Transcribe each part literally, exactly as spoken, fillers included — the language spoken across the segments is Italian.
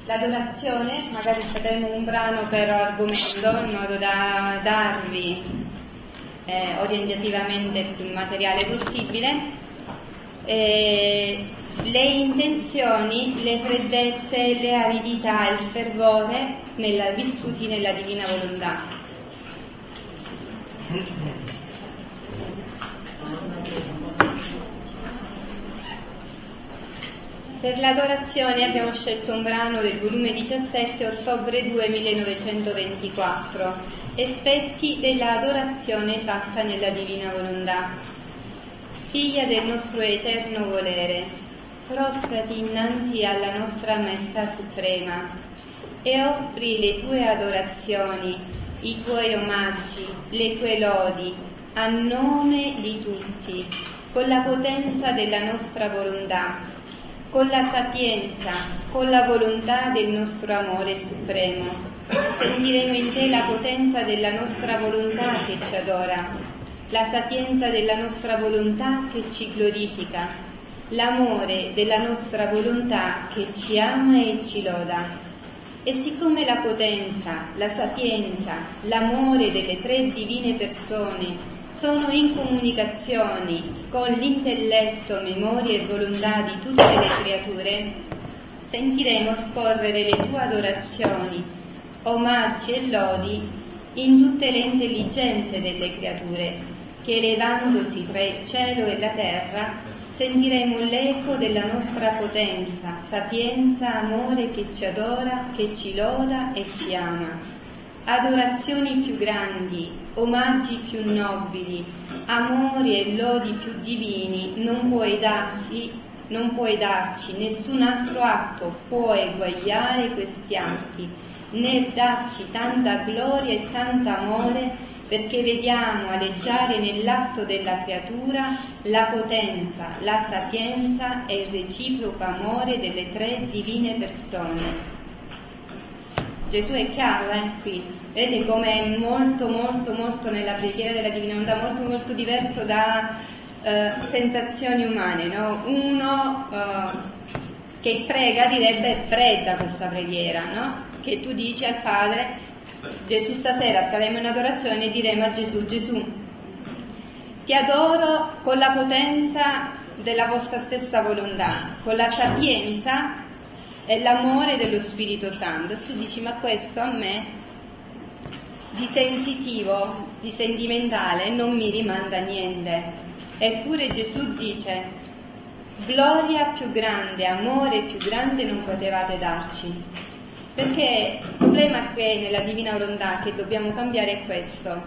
l'adorazione, magari sceglieremo un brano per argomento in modo da darvi eh, orientativamente più materiale possibile. Eh, le intenzioni, le freddezze, le aridità e il fervore nella, vissuti nella divina volontà. Per l'adorazione abbiamo scelto un brano del volume diciassette, ottobre due millenovecentoventiquattro, Effetti dell'adorazione fatta nella divina volontà. Figlia del nostro eterno volere, prostrati innanzi alla nostra Maestà Suprema e offri le tue adorazioni, i tuoi omaggi, le tue lodi, a nome di tutti, con la potenza della nostra volontà, con la sapienza, con la volontà del nostro amore supremo. Sentiremo in te la potenza della nostra volontà che ci adora, la sapienza della nostra volontà che ci glorifica, l'amore della nostra volontà che ci ama e ci loda. E siccome la potenza, la sapienza, l'amore delle tre divine persone sono in comunicazione con l'intelletto, memoria e volontà di tutte le creature, sentiremo scorrere le tue adorazioni, omaggi e lodi in tutte le intelligenze delle creature, che elevandosi tra il cielo e la terra sentiremo l'eco della nostra potenza, sapienza, amore che ci adora, che ci loda e ci ama. Adorazioni più grandi, omaggi più nobili, amori e lodi più divini non puoi darci, non puoi darci, nessun altro atto può eguagliare questi atti, né darci tanta gloria e tanto amore, perché vediamo aleggiare nell'atto della creatura la potenza, la sapienza e il reciproco amore delle tre divine persone. Gesù è chiaro, eh, qui. Vedete come è molto, molto, molto nella preghiera della Divina Volontà, molto, molto diverso da eh, sensazioni umane, no? Uno eh, che prega direbbe è fredda questa preghiera, no? Che tu dici al Padre, Gesù, stasera saremo in adorazione e diremo a Gesù, Gesù, ti adoro con la potenza della vostra stessa volontà, con la sapienza e l'amore dello Spirito Santo. E tu dici, ma questo a me di sensitivo, di sentimentale non mi rimanda niente. Eppure Gesù dice, gloria più grande, amore più grande non potevate darci. Perché il problema che nella Divina Volontà che dobbiamo cambiare è questo: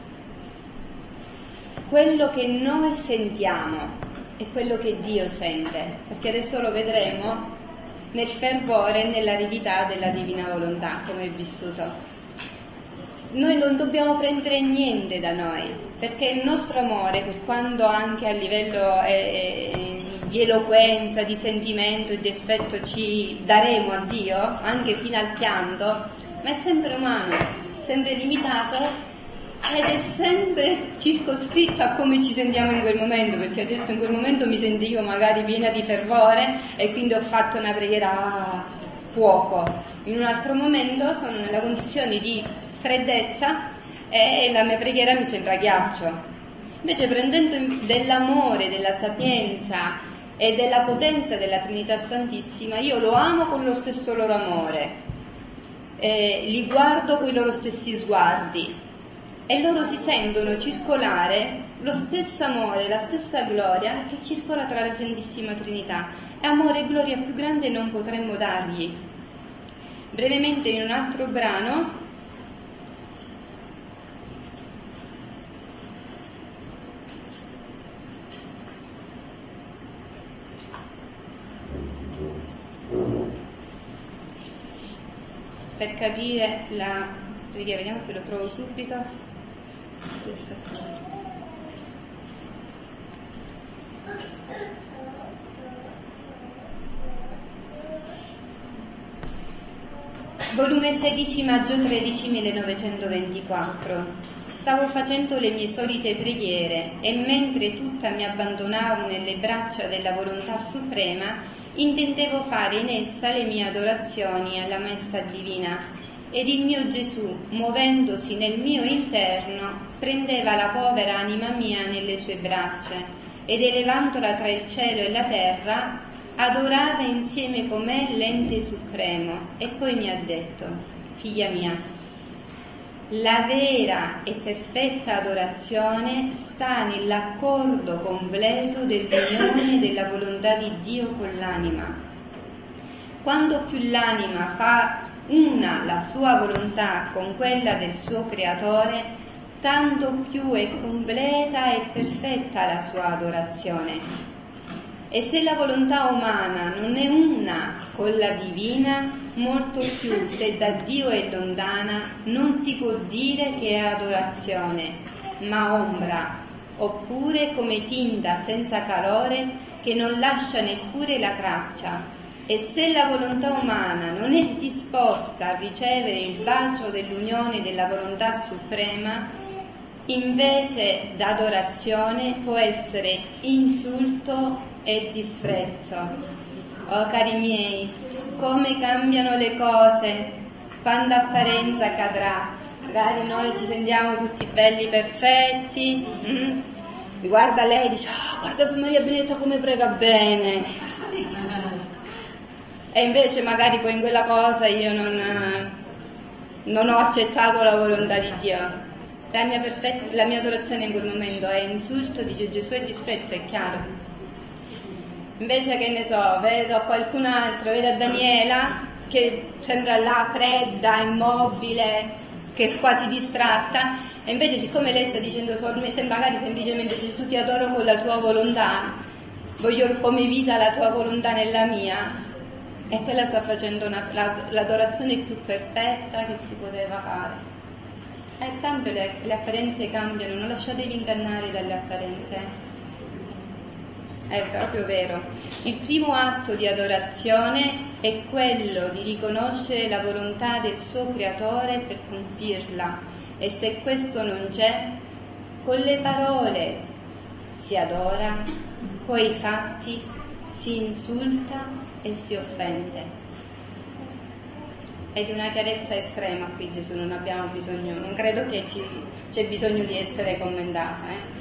quello che noi sentiamo è quello che Dio sente, perché adesso lo vedremo nel fervore e nell'aridità della Divina Volontà come è vissuto. Noi non dobbiamo prendere niente da noi, perché il nostro amore, per quanto anche a livello eh, di eloquenza, di sentimento e di affetto ci daremo a Dio, anche fino al pianto, ma è sempre umano, sempre limitato ed è sempre circoscritto a come ci sentiamo in quel momento, perché adesso in quel momento mi sentivo magari piena di fervore e quindi ho fatto una preghiera a fuoco. In un altro momento sono nella condizione di freddezza e la mia preghiera mi sembra ghiaccio. Invece prendendo dell'amore, della sapienza e della potenza della Trinità Santissima, io lo amo con lo stesso loro amore, eh, li guardo con i loro stessi sguardi e loro si sentono circolare lo stesso amore, la stessa gloria che circola tra la Santissima Trinità. E amore e gloria più grande non potremmo dargli. Brevemente in un altro brano per capire la preghiera, vediamo se lo trovo subito. Volume sedici, maggio tredici millenovecentoventiquattro. Stavo facendo le mie solite preghiere e mentre tutta mi abbandonavo nelle braccia della volontà suprema, intendevo fare in essa le mie adorazioni alla Maestà Divina, ed il mio Gesù, muovendosi nel mio interno, prendeva la povera anima mia nelle sue braccia ed elevandola tra il cielo e la terra, adorava insieme con me l'ente supremo, e poi mi ha detto: figlia mia, la vera e perfetta adorazione sta nell'accordo completo dell'unione della volontà di Dio con l'anima. Quando più l'anima fa una la sua volontà con quella del suo Creatore, tanto più è completa e perfetta la sua adorazione. E se la volontà umana non è una con la divina, molto più se da Dio è lontana, non si può dire che è adorazione, ma ombra, oppure come tinta senza calore che non lascia neppure la traccia. E se la volontà umana non è disposta a ricevere il bacio dell'unione della volontà suprema, invece d'adorazione può essere insulto e disprezzo. Oh cari miei, come cambiano le cose quando apparenza cadrà. Magari noi ci sentiamo tutti belli, perfetti, mm? Mi guarda lei e dice: oh, guarda su Maria Benedetta come prega bene, e invece magari poi in quella cosa io non, non ho accettato la volontà di Dio. La mia, perfetta, la mia adorazione in quel momento è insulto, dice Gesù, e disprezzo, è chiaro. Invece, che ne so, vedo qualcun altro, vedo a Daniela che sembra là fredda, immobile, che è quasi distratta, e invece siccome lei sta dicendo magari semplicemente: Gesù, ti adoro con la tua volontà, voglio come vita la tua volontà nella mia, e quella sta facendo una, la, l'adorazione più perfetta che si poteva fare. E tanto le, le apparenze cambiano, non lasciatevi ingannare dalle apparenze. È proprio vero. Il primo atto di adorazione è quello di riconoscere la volontà del suo Creatore per compirla, e se questo non c'è, con le parole si adora, con i fatti si insulta e si offende. È di una chiarezza estrema qui Gesù, non abbiamo bisogno, non credo che ci, c'è bisogno di essere commentata. Eh?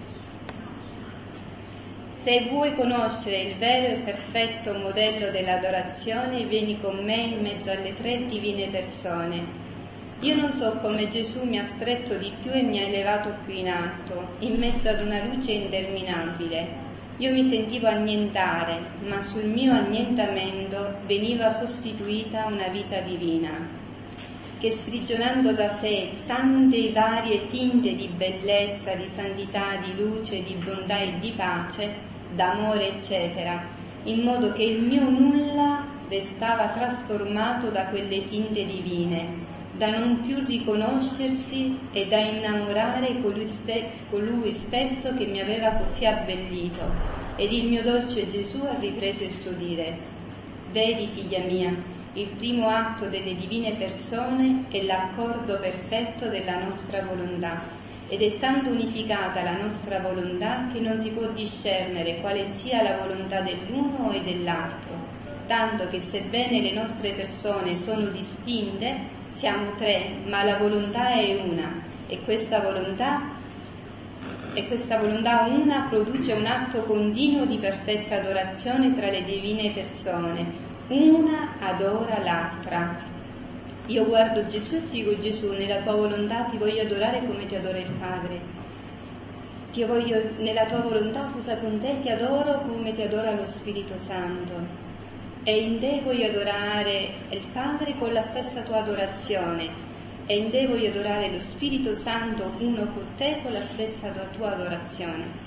Se vuoi conoscere il vero e perfetto modello dell'adorazione, vieni con me in mezzo alle tre divine persone. Io non so come Gesù mi ha stretto di più e mi ha elevato qui in alto, in mezzo ad una luce interminabile. Io mi sentivo annientare, ma sul mio annientamento veniva sostituita una vita divina, che sprigionando da sé tante varie tinte di bellezza, di santità, di luce, di bontà e di pace, d'amore, eccetera, in modo che il mio nulla restava trasformato da quelle tinte divine, da non più riconoscersi e da innamorare colui, ste- colui stesso che mi aveva così abbellito. Ed il mio dolce Gesù ha ripreso il suo dire: vedi, figlia mia, il primo atto delle divine persone è l'accordo perfetto della nostra volontà, ed è tanto unificata la nostra volontà che non si può discernere quale sia la volontà dell'uno e dell'altro, tanto che sebbene le nostre persone sono distinte, siamo tre, ma la volontà è una, e questa volontà, e questa volontà una produce un atto continuo di perfetta adorazione tra le divine persone. Una adora l'altra. Io guardo Gesù e dico: Gesù, nella tua volontà ti voglio adorare come ti adora il Padre. Ti voglio, nella tua volontà fusa con te, ti adoro come ti adora lo Spirito Santo. E in te voglio adorare il Padre con la stessa tua adorazione, e in te voglio adorare lo Spirito Santo uno con te con la stessa tua adorazione.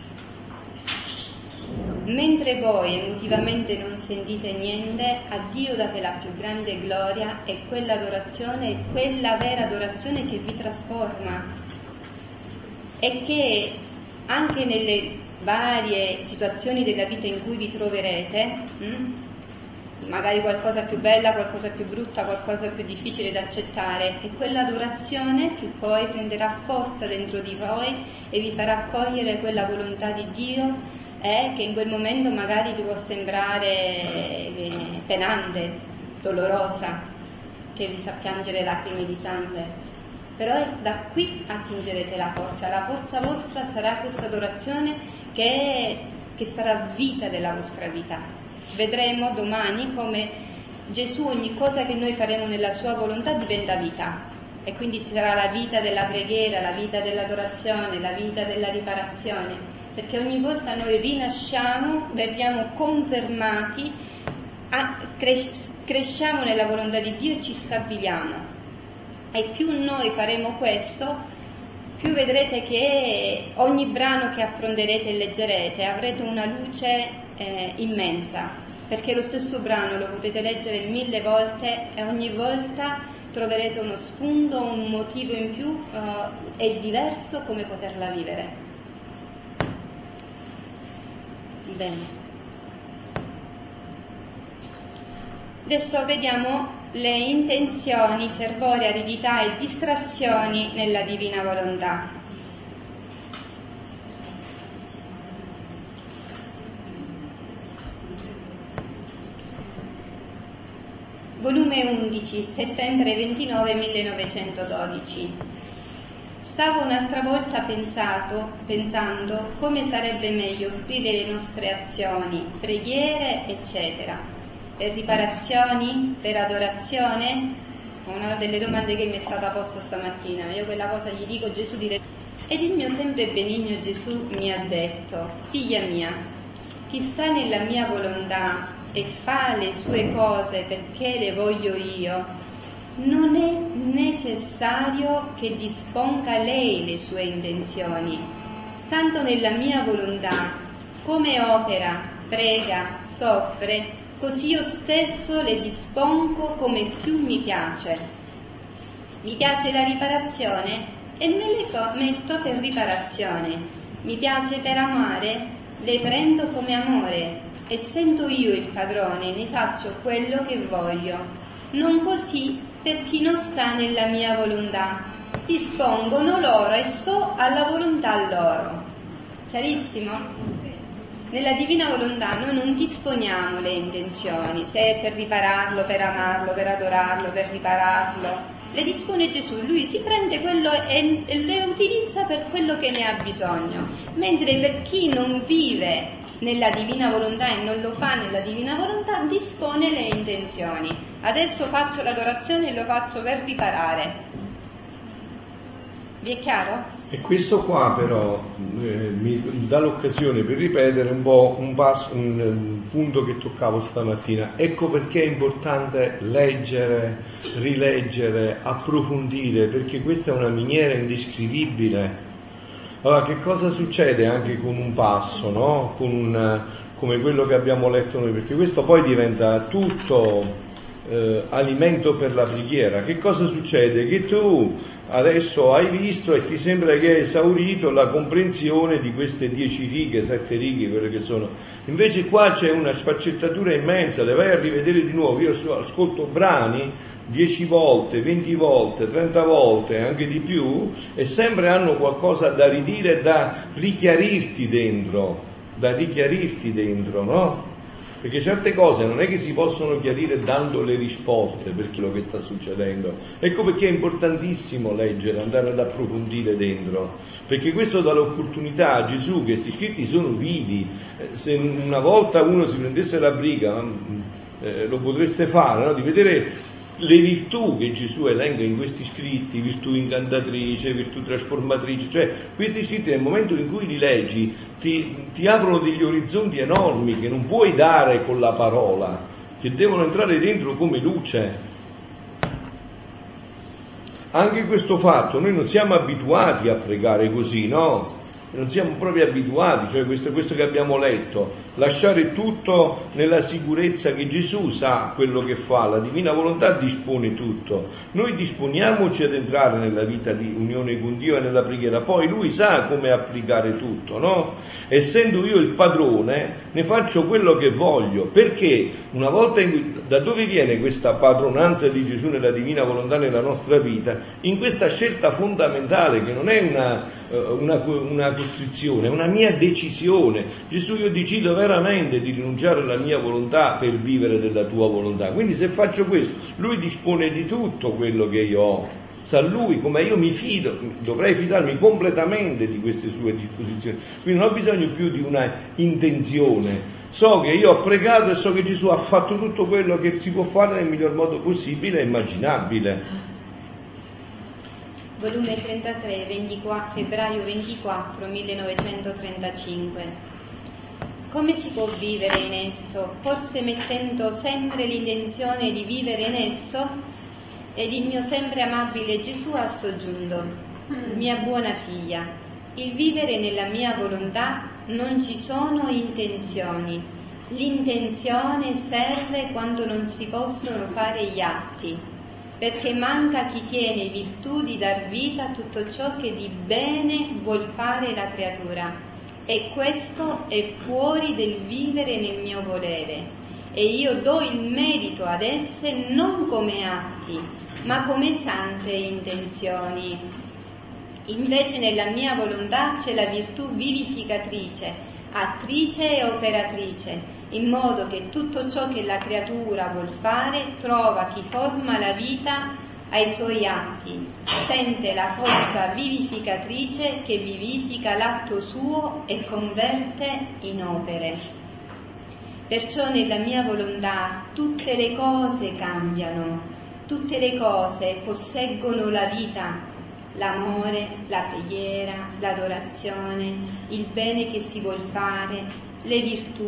Mentre voi emotivamente non sentite niente, a Dio date la più grande gloria, e quell'adorazione è quella vera adorazione che vi trasforma, e che anche nelle varie situazioni della vita in cui vi troverete, hm? magari qualcosa più bella, qualcosa più brutta, qualcosa più difficile da accettare, è quell'adorazione che poi prenderà forza dentro di voi e vi farà cogliere quella volontà di Dio è che in quel momento magari vi può sembrare eh, penante, dolorosa, che vi fa piangere lacrime di sangue, però è da qui attingerete la forza. La forza vostra sarà questa adorazione che, che sarà vita della vostra vita. Vedremo domani come Gesù, ogni cosa che noi faremo nella sua volontà diventa vita, e quindi sarà la vita della preghiera, la vita dell'adorazione, la vita della riparazione, perché ogni volta noi rinasciamo, veniamo confermati, a, cres- cresciamo nella volontà di Dio e ci stabiliamo. E più noi faremo questo, più vedrete che ogni brano che affronterete e leggerete avrete una luce eh, immensa, perché lo stesso brano lo potete leggere mille volte e ogni volta troverete uno spunto, un motivo in più eh, e diverso come poterla vivere. Bene. Adesso vediamo le intenzioni, fervore, aridità e distrazioni nella divina volontà. Volume undici, settembre ventinove millenovecentododici. Stavo un'altra volta pensato, pensando come sarebbe meglio offrire le nostre azioni, preghiere, eccetera, per riparazioni, per adorazione. Una delle domande che mi è stata posta stamattina, io quella cosa gli dico Gesù diretto. Ed il mio sempre benigno Gesù mi ha detto: figlia mia, chi sta nella mia volontà e fa le sue cose perché le voglio io, non è necessario che disponga lei le sue intenzioni. Stando nella mia volontà, come opera, prega, soffre, così io stesso le dispongo come più mi piace. Mi piace la riparazione e me le metto per riparazione. Mi piace per amare, le prendo come amore. Essendo io il padrone, ne faccio quello che voglio. Non così per chi non sta nella mia volontà. Dispongono loro e sto alla volontà loro. Chiarissimo? Nella divina volontà noi non disponiamo le intenzioni, se è per ripararlo, per amarlo, per adorarlo, per ripararlo. Le dispone Gesù, lui si prende quello e, e le utilizza per quello che ne ha bisogno. Mentre per chi non vive nella divina volontà e non lo fa nella divina volontà, dispone le intenzioni. Adesso faccio l'adorazione e lo faccio per riparare. Vi è chiaro? E questo qua però eh, mi dà l'occasione per ripetere un po' un, passo, un, un punto che toccavo stamattina. Ecco perché è importante leggere, rileggere, approfondire, perché questa è una miniera indescrivibile. Allora, che cosa succede anche con un passo, no? Con un, come quello che abbiamo letto noi? Perché questo poi diventa tutto eh, alimento per la preghiera. Che cosa succede? Che tu adesso hai visto e ti sembra che hai esaurito la comprensione di queste dieci righe, sette righe, quelle che sono. Invece qua c'è una sfaccettatura immensa, le vai a rivedere di nuovo. Io ascolto brani dieci volte, venti volte, trenta volte, anche di più, e sempre hanno qualcosa da ridire, da richiarirti dentro, da richiarirti dentro, no? Perché certe cose non è che si possono chiarire dando le risposte per quello che sta succedendo. Ecco perché è importantissimo leggere, andare ad approfondire dentro, perché questo dà l'opportunità a Gesù, che questi scritti sono vivi. Se una volta uno si prendesse la briga, eh, lo potreste fare, no? Di vedere le virtù che Gesù elenca in questi scritti, virtù incantatrice, virtù trasformatrice, cioè questi scritti nel momento in cui li leggi ti, ti aprono degli orizzonti enormi che non puoi dare con la parola, che devono entrare dentro come luce. Anche questo fatto, noi non siamo abituati a pregare così, no? Non siamo proprio abituati, cioè questo, questo che abbiamo letto, lasciare tutto nella sicurezza che Gesù sa quello che fa, la divina volontà dispone tutto. Noi disponiamoci ad entrare nella vita di unione con Dio e nella preghiera, poi Lui sa come applicare tutto, no? Essendo io il padrone, ne faccio quello che voglio, perché una volta in cui, da dove viene questa padronanza di Gesù nella divina volontà nella nostra vita? In questa scelta fondamentale, che non è una, una, una costrizione, è una mia decisione. Gesù, io decido veramente di rinunciare alla mia volontà per vivere della tua volontà. Quindi se faccio questo, lui dispone di tutto quello che io ho. Sa lui, come io mi fido, dovrei fidarmi completamente di queste sue disposizioni. Quindi non ho bisogno più di una intenzione. So che io ho pregato e so che Gesù ha fatto tutto quello che si può fare nel miglior modo possibile e immaginabile. Volume trentatré, ventiquattro, febbraio ventiquattro millenovecentotrentacinque. Come si può vivere in esso? Forse mettendo sempre l'intenzione di vivere in esso? Ed il mio sempre amabile Gesù ha soggiunto: mia buona figlia, il vivere nella mia volontà non ci sono intenzioni. L'intenzione serve quando non si possono fare gli atti, perché manca chi tiene virtù di dar vita a tutto ciò che di bene vuol fare la creatura, e questo è fuori del vivere nel mio volere, e io do il merito ad esse non come atti, ma come sante intenzioni. Invece nella mia volontà c'è la virtù vivificatrice, attrice e operatrice, in modo che tutto ciò che la creatura vuol fare trova chi forma la vita ai suoi atti, sente la forza vivificatrice che vivifica l'atto suo e converte in opere. Perciò nella mia volontà tutte le cose cambiano, tutte le cose posseggono la vita, l'amore, la preghiera, l'adorazione, il bene che si vuol fare, le virtù.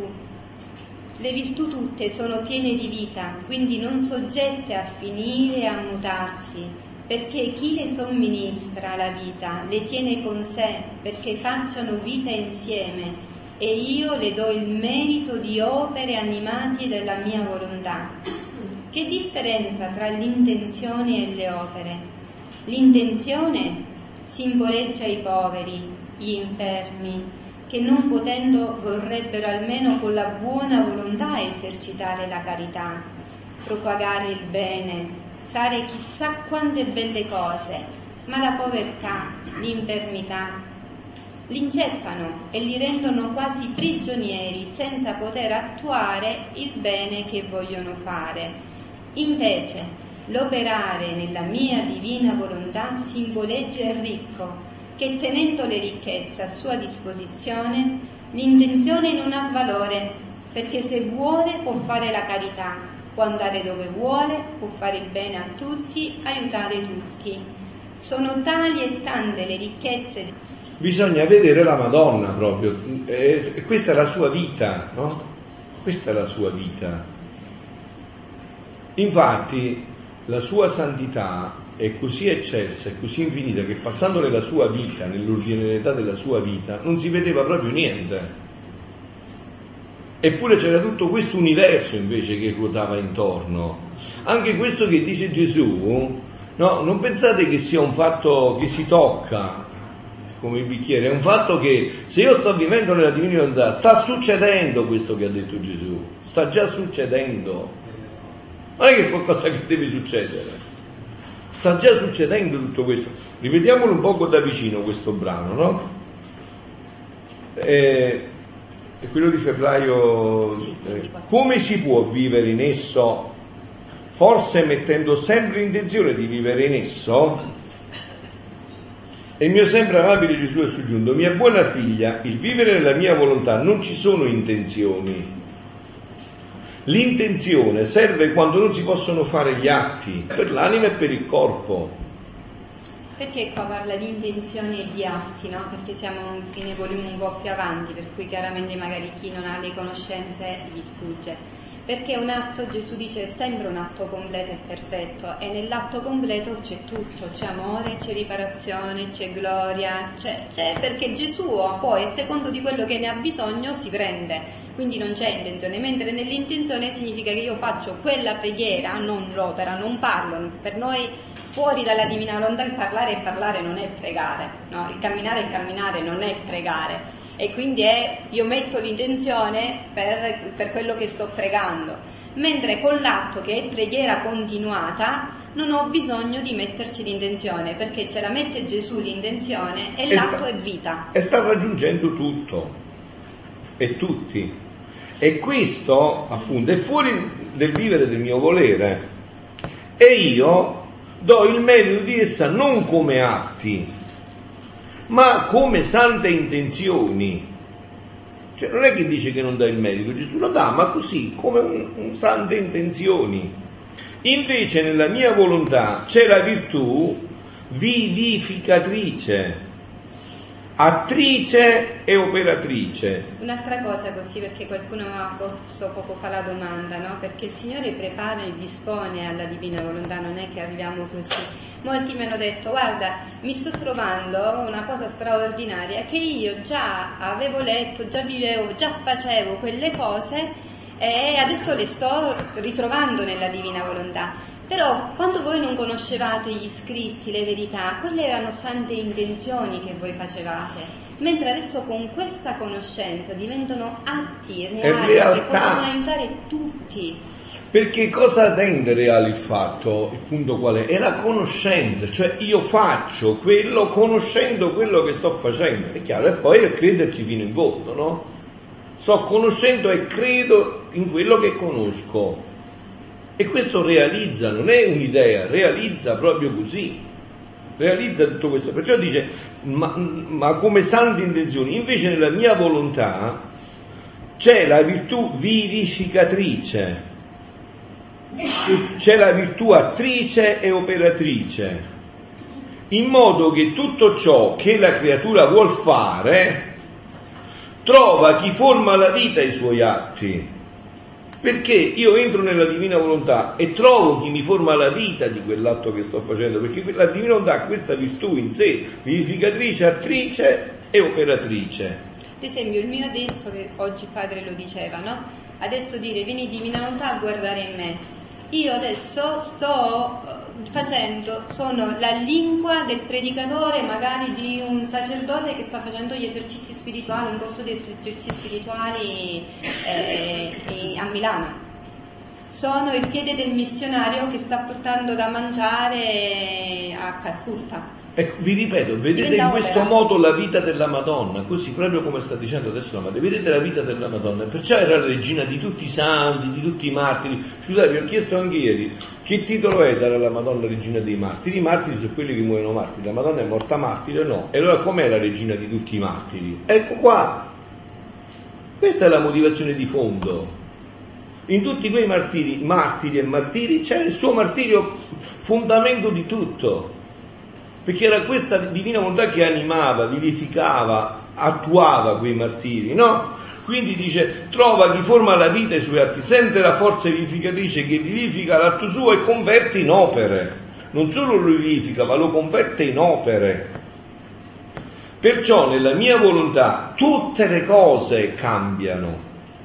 Le virtù tutte sono piene di vita, quindi non soggette a finire e a mutarsi, perché chi le somministra la vita le tiene con sé perché facciano vita insieme, e io le do il merito di opere animate dalla mia volontà. Che differenza tra l'intenzione e le opere? L'intenzione simboleggia i poveri, gli infermi, che non potendo vorrebbero almeno con la buona volontà esercitare la carità, propagare il bene, fare chissà quante belle cose, ma la povertà, l'infermità, li inceppano e li rendono quasi prigionieri senza poter attuare il bene che vogliono fare. Invece, l'operare nella mia divina volontà simboleggia il ricco, che tenendo le ricchezze a sua disposizione, l'intenzione non ha valore, perché se vuole può fare la carità, può andare dove vuole, può fare il bene a tutti, aiutare tutti. Sono tali e tante le ricchezze. Bisogna vedere la Madonna proprio, e questa è la sua vita, no? Questa è la sua vita. Infatti la sua santità è così eccelsa e così infinita che passando nella sua vita, nell'ordinarietà della sua vita, non si vedeva proprio niente. Eppure c'era tutto questo universo invece che ruotava intorno. Anche questo che dice Gesù, no, non pensate che sia un fatto che si tocca come il bicchiere, è un fatto che se io sto vivendo nella divina volontà sta succedendo questo che ha detto Gesù, sta già succedendo. Non è che è qualcosa che deve succedere, sta già succedendo tutto questo. Rivediamolo un poco da vicino questo brano, no? È, è quello di febbraio. Eh, come si può vivere in esso? Forse mettendo sempre l'intenzione di vivere in esso? E il mio sempre amabile Gesù è soggiunto: mia buona figlia, il vivere nella mia volontà non ci sono intenzioni. L'intenzione serve quando non si possono fare gli atti, per l'anima e per il corpo. Perché qua parla di intenzioni e di atti, no? Perché siamo in volume un po' più avanti, per cui chiaramente magari chi non ha le conoscenze gli sfugge. Perché un atto, Gesù dice, è sempre un atto completo e perfetto, e nell'atto completo c'è tutto, c'è amore, c'è riparazione, c'è gloria, c'è, c'è perché Gesù poi, a secondo di quello che ne ha bisogno, si prende. Quindi non c'è intenzione, mentre nell'intenzione significa che io faccio quella preghiera, non l'opera, non parlo. Per noi fuori dalla divina volontà il parlare e parlare non è pregare, no? Il camminare e camminare non è pregare, e quindi è, io metto l'intenzione per, per quello che sto pregando. mentre con l'atto che è preghiera continuata non ho bisogno di metterci l'intenzione, perché ce la mette Gesù l'intenzione e, e l'atto sta, è vita. E sta raggiungendo tutto e tutti. E questo appunto è fuori del vivere del mio volere. E io do il merito di essa non come atti, ma come sante intenzioni. Cioè non è che dice che non dà il merito, Gesù lo dà, ma così, come un, un sante intenzioni. Invece nella mia volontà c'è la virtù vivificatrice, attrice e operatrice. Un'altra cosa così, perché qualcuno ha posto poco fa la domanda, no? Perché il Signore prepara e dispone alla divina volontà, non è che arriviamo così. Molti mi hanno detto: guarda, mi sto trovando una cosa straordinaria, che io già avevo letto, già vivevo, già facevo quelle cose e adesso le sto ritrovando nella divina volontà. Però quando voi non conoscevate gli scritti, le verità, quelle erano sante intenzioni che voi facevate, mentre adesso con questa conoscenza diventano atti reali che possono aiutare tutti. Perché cosa rende reale il fatto? Il punto qual è? È la conoscenza, cioè io faccio quello conoscendo quello che sto facendo, è chiaro, e poi è crederci fino in fondo, no? Sto conoscendo e credo in quello che conosco. E questo realizza, non è un'idea, realizza proprio così, realizza tutto questo. Perciò dice, ma, ma come sante intenzioni, invece nella mia volontà c'è la virtù vivificatrice, c'è la virtù attrice e operatrice, in modo che tutto ciò che la creatura vuol fare trova chi forma la vita ai suoi atti. Perché io entro nella divina volontà e trovo chi mi forma la vita di quell'atto che sto facendo, perché la divina volontà ha questa virtù in sé, vivificatrice, attrice e operatrice. Ad esempio il mio adesso, che oggi padre lo diceva, no? Adesso dire vieni divina volontà a guardare in me. Io adesso sto facendo, sono la lingua del predicatore, magari di un sacerdote che sta facendo gli esercizi spirituali, un corso di esercizi spirituali eh, a Milano. Sono il piede del missionario che sta portando da mangiare a Calcutta. Ecco, vi ripeto, vedete in questo modo la vita della Madonna, così proprio come sta dicendo adesso la Madonna, vedete la vita della Madonna, perciò era la regina di tutti i santi, di tutti i martiri. Scusate, vi ho chiesto anche ieri, che titolo è dare alla Madonna regina dei martiri? I martiri sono quelli che muoiono martiri, la Madonna è morta martire, no? E allora com'è la regina di tutti i martiri? Ecco qua, questa è la motivazione di fondo. In tutti quei martiri, martiri e martiri, c'è il suo martirio fondamento di tutto. Perché era questa divina volontà che animava, vivificava, attuava quei martiri, no? Quindi dice, trova chi forma la vita ai suoi atti, sente la forza vivificatrice che vivifica l'atto suo e converte in opere. Non solo lo vivifica, ma lo converte in opere. Perciò nella mia volontà tutte le cose cambiano.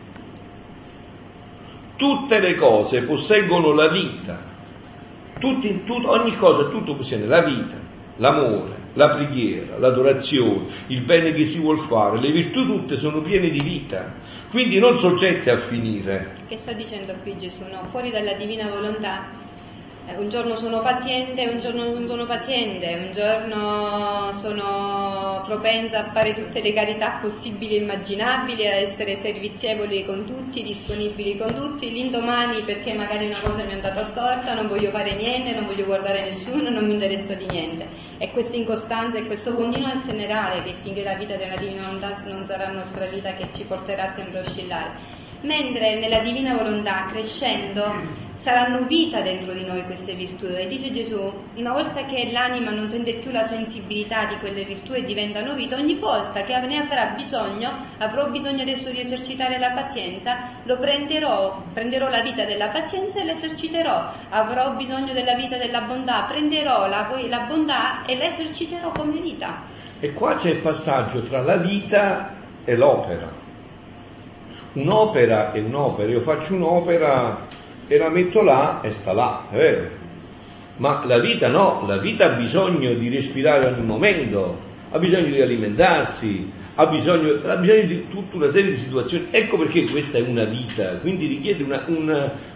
Tutte le cose posseggono la vita. Tutti, tut, ogni cosa, tutto possiede la vita. L'amore, la preghiera, l'adorazione, il bene che si vuol fare, le virtù tutte sono piene di vita, quindi non soggette a finire. Che sta dicendo qui Gesù? No? Fuori dalla divina volontà, eh, un giorno sono paziente, un giorno non sono paziente, un giorno sono propensa a fare tutte le carità possibili e immaginabili, a essere servizievoli con tutti, disponibili con tutti, l'indomani perché magari una cosa mi è andata storta, non voglio fare niente, non voglio guardare nessuno, non mi interessa di niente. E questa incostanza e questo continuo alternerare che finché la vita della divina volontà non sarà nostra vita, che ci porterà sempre a oscillare. Mentre nella divina volontà, crescendo, saranno vita dentro di noi queste virtù. E dice Gesù, una volta che l'anima non sente più la sensibilità di quelle virtù e diventano vita, ogni volta che ne avrà bisogno, avrò bisogno adesso di esercitare la pazienza, lo prenderò, prenderò la vita della pazienza e l'eserciterò. Avrò bisogno della vita della bontà, prenderò la, la bontà e la eserciterò come vita. E qua c'è il passaggio tra la vita e l'opera. Un'opera è un'opera, io faccio un'opera e la metto là e sta là, è vero? Ma la vita no, la vita ha bisogno di respirare ogni momento, ha bisogno di alimentarsi, ha bisogno, ha bisogno di tutta una serie di situazioni. Ecco perché questa è una vita, quindi richiede una, una,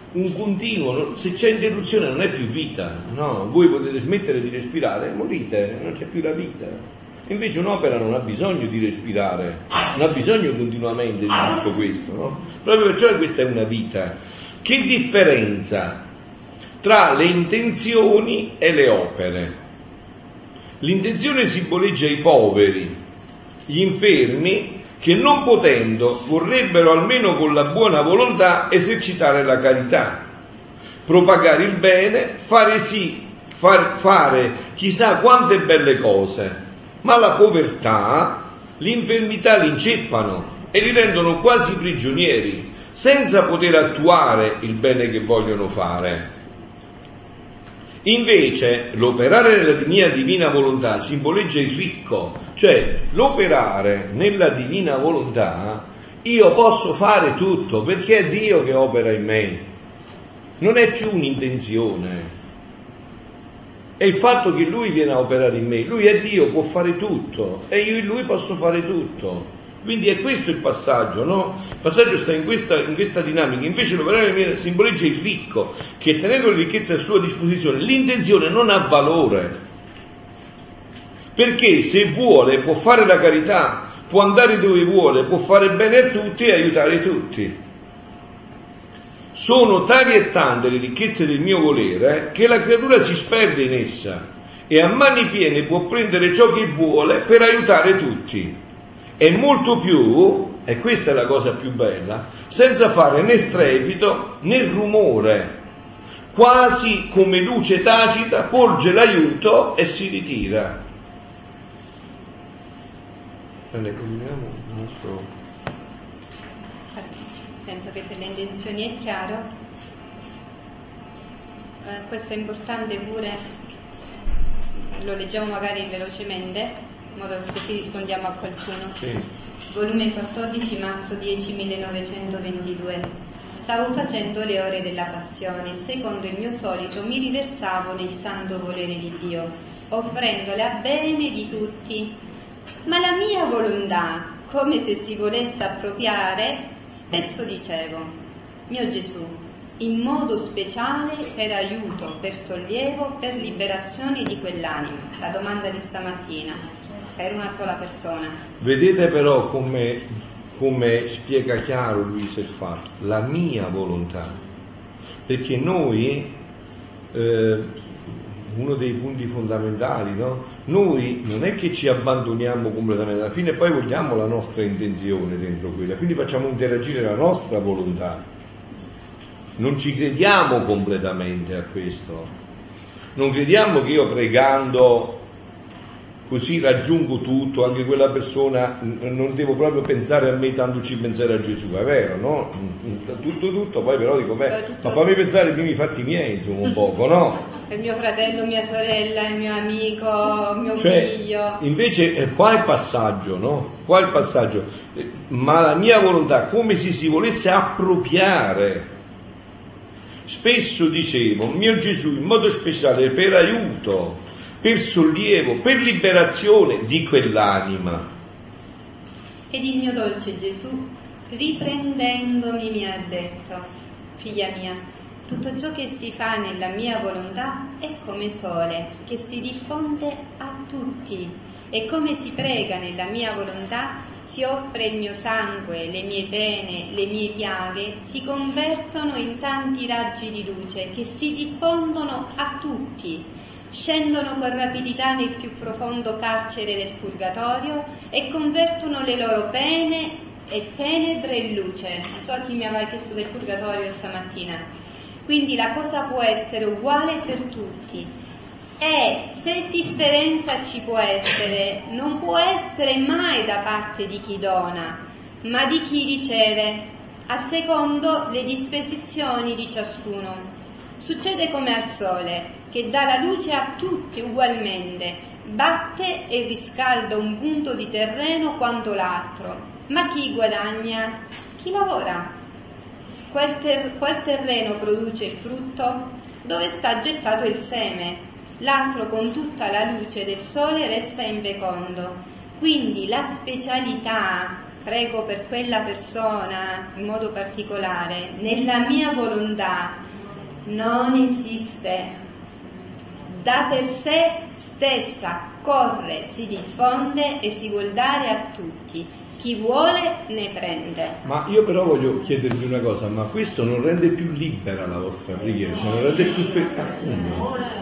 un continuo, se c'è interruzione non è più vita, no? Voi potete smettere di respirare e morite, non c'è più la vita. Invece un'opera non ha bisogno di respirare, non ha bisogno continuamente di tutto questo, no? Proprio perciò questa è una vita. Che differenza tra le intenzioni e le opere? L'intenzione simboleggia i poveri, gli infermi, che non potendo vorrebbero almeno con la buona volontà esercitare la carità, propagare il bene, fare sì, far, fare chissà quante belle cose, ma la povertà, l'infermità li inceppano e li rendono quasi prigionieri, senza poter attuare il bene che vogliono fare. Invece l'operare nella mia divina volontà simboleggia il ricco, cioè l'operare nella divina volontà io posso fare tutto perché è Dio che opera in me, non è più un'intenzione, è il fatto che Lui viene a operare in me, Lui è Dio, può fare tutto e io in Lui posso fare tutto. Quindi è questo il passaggio, no? Il passaggio sta in questa, in questa dinamica. Invece l'operario simboleggia il ricco, che tenendo le ricchezze a sua disposizione, l'intenzione non ha valore. Perché se vuole può fare la carità, può andare dove vuole, può fare bene a tutti e aiutare tutti. Sono tali e tante le ricchezze del mio volere che la creatura si sperde in essa e a mani piene può prendere ciò che vuole per aiutare tutti. E molto più, e questa è la cosa più bella, senza fare né strepito né rumore, quasi come luce tacita, porge l'aiuto e si ritira. Bene, continuiamo il nostro... Penso che per le intenzioni è chiaro. Eh, questo è importante pure, lo leggiamo magari velocemente, in modo che così rispondiamo a qualcuno. Sì. Volume quattordici, marzo dieci millenovecentoventidue. Stavo facendo le ore della passione e secondo il mio solito mi riversavo nel santo volere di Dio, offrendole a bene di tutti. Ma la mia volontà, come se si volesse appropriare, spesso dicevo: mio Gesù, in modo speciale per aiuto, per sollievo, per liberazione di quell'anima. La domanda di stamattina. Per una sola persona. Vedete però come, come spiega chiaro Luisa il fatto, la mia volontà, perché noi, eh, uno dei punti fondamentali, no? Noi non è che ci abbandoniamo completamente, alla fine poi vogliamo la nostra intenzione dentro quella, quindi facciamo interagire la nostra volontà, non ci crediamo completamente a questo, non crediamo che io pregando così raggiungo tutto, anche quella persona, non devo proprio pensare a me, tanto ci pensare a Gesù, è vero, no? Tutto tutto, poi però dico, beh, tutto... ma fammi pensare ai primi fatti miei, insomma, un poco, no? Il mio fratello, mia sorella, il mio amico, il mio cioè, figlio. Invece eh, qua è il passaggio, no? Qua è il passaggio, eh, ma la mia volontà, come se si volesse appropriare. Spesso dicevo, mio Gesù, in modo speciale per aiuto, per sollievo, per liberazione di quell'anima. Ed il mio dolce Gesù, riprendendomi, mi ha detto: figlia mia, tutto ciò che si fa nella mia volontà è come sole, che si diffonde a tutti, e come si prega nella mia volontà, si offre il mio sangue, le mie pene, le mie piaghe, si convertono in tanti raggi di luce che si diffondono a tutti, scendono con rapidità nel più profondo carcere del purgatorio e convertono le loro pene e tenebre in luce. Non so chi mi aveva chiesto del purgatorio stamattina. Quindi la cosa può essere uguale per tutti, e se differenza ci può essere, non può essere mai da parte di chi dona, ma di chi riceve, a secondo le disposizioni di ciascuno. Succede come al sole, che dà la luce a tutti ugualmente, batte e riscalda un punto di terreno quanto l'altro. Ma chi guadagna? Chi lavora. Quel, ter- quel terreno produce il frutto dove sta gettato il seme, l'altro con tutta la luce del sole resta infecondo. Quindi la specialità prego per quella persona in modo particolare, nella mia volontà non esiste. Da per sé stessa corre, si diffonde e si vuol dare a tutti. Chi vuole ne prende. Ma io però voglio chiedervi una cosa, ma questo non rende più libera la vostra preghiera, non rende più fe-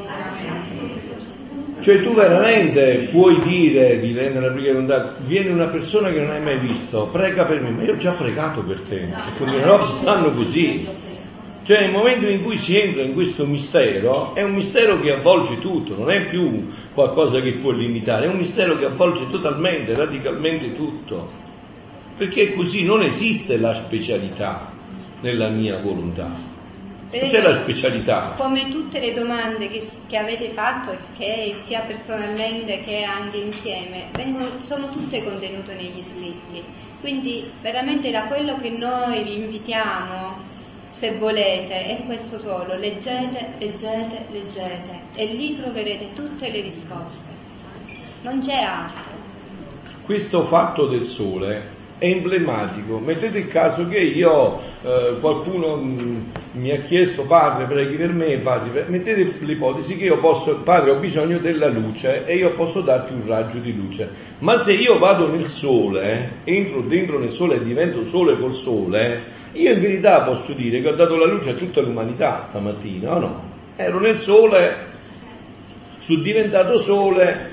Cioè tu veramente puoi dire di rendere la preghiera volontà, viene una persona che non hai mai visto, prega per me, ma io ho già pregato per te, e continuerò stanno così. Cioè nel momento in cui si entra in questo mistero, è un mistero che avvolge tutto, non è più qualcosa che può limitare, è un mistero che avvolge totalmente, radicalmente tutto. Perché così non esiste la specialità nella mia volontà. Non c'è la specialità. Come tutte le domande che, che avete fatto, e che sia personalmente che anche insieme, vengono, sono tutte contenute negli scritti. Quindi veramente da quello che noi vi invitiamo, se volete, è questo solo: leggete, leggete, leggete, e lì troverete tutte le risposte. Non c'è altro. Questo fatto del sole è emblematico. Mettete il caso che io, eh, qualcuno mh, mi ha chiesto: padre, preghi per me, padre, per... mettete l'ipotesi che io posso, padre, ho bisogno della luce e io posso darti un raggio di luce. Ma se io vado nel sole, entro dentro nel sole e divento sole col sole, io in verità posso dire che ho dato la luce a tutta l'umanità stamattina, o no? Ero nel sole, sono diventato sole.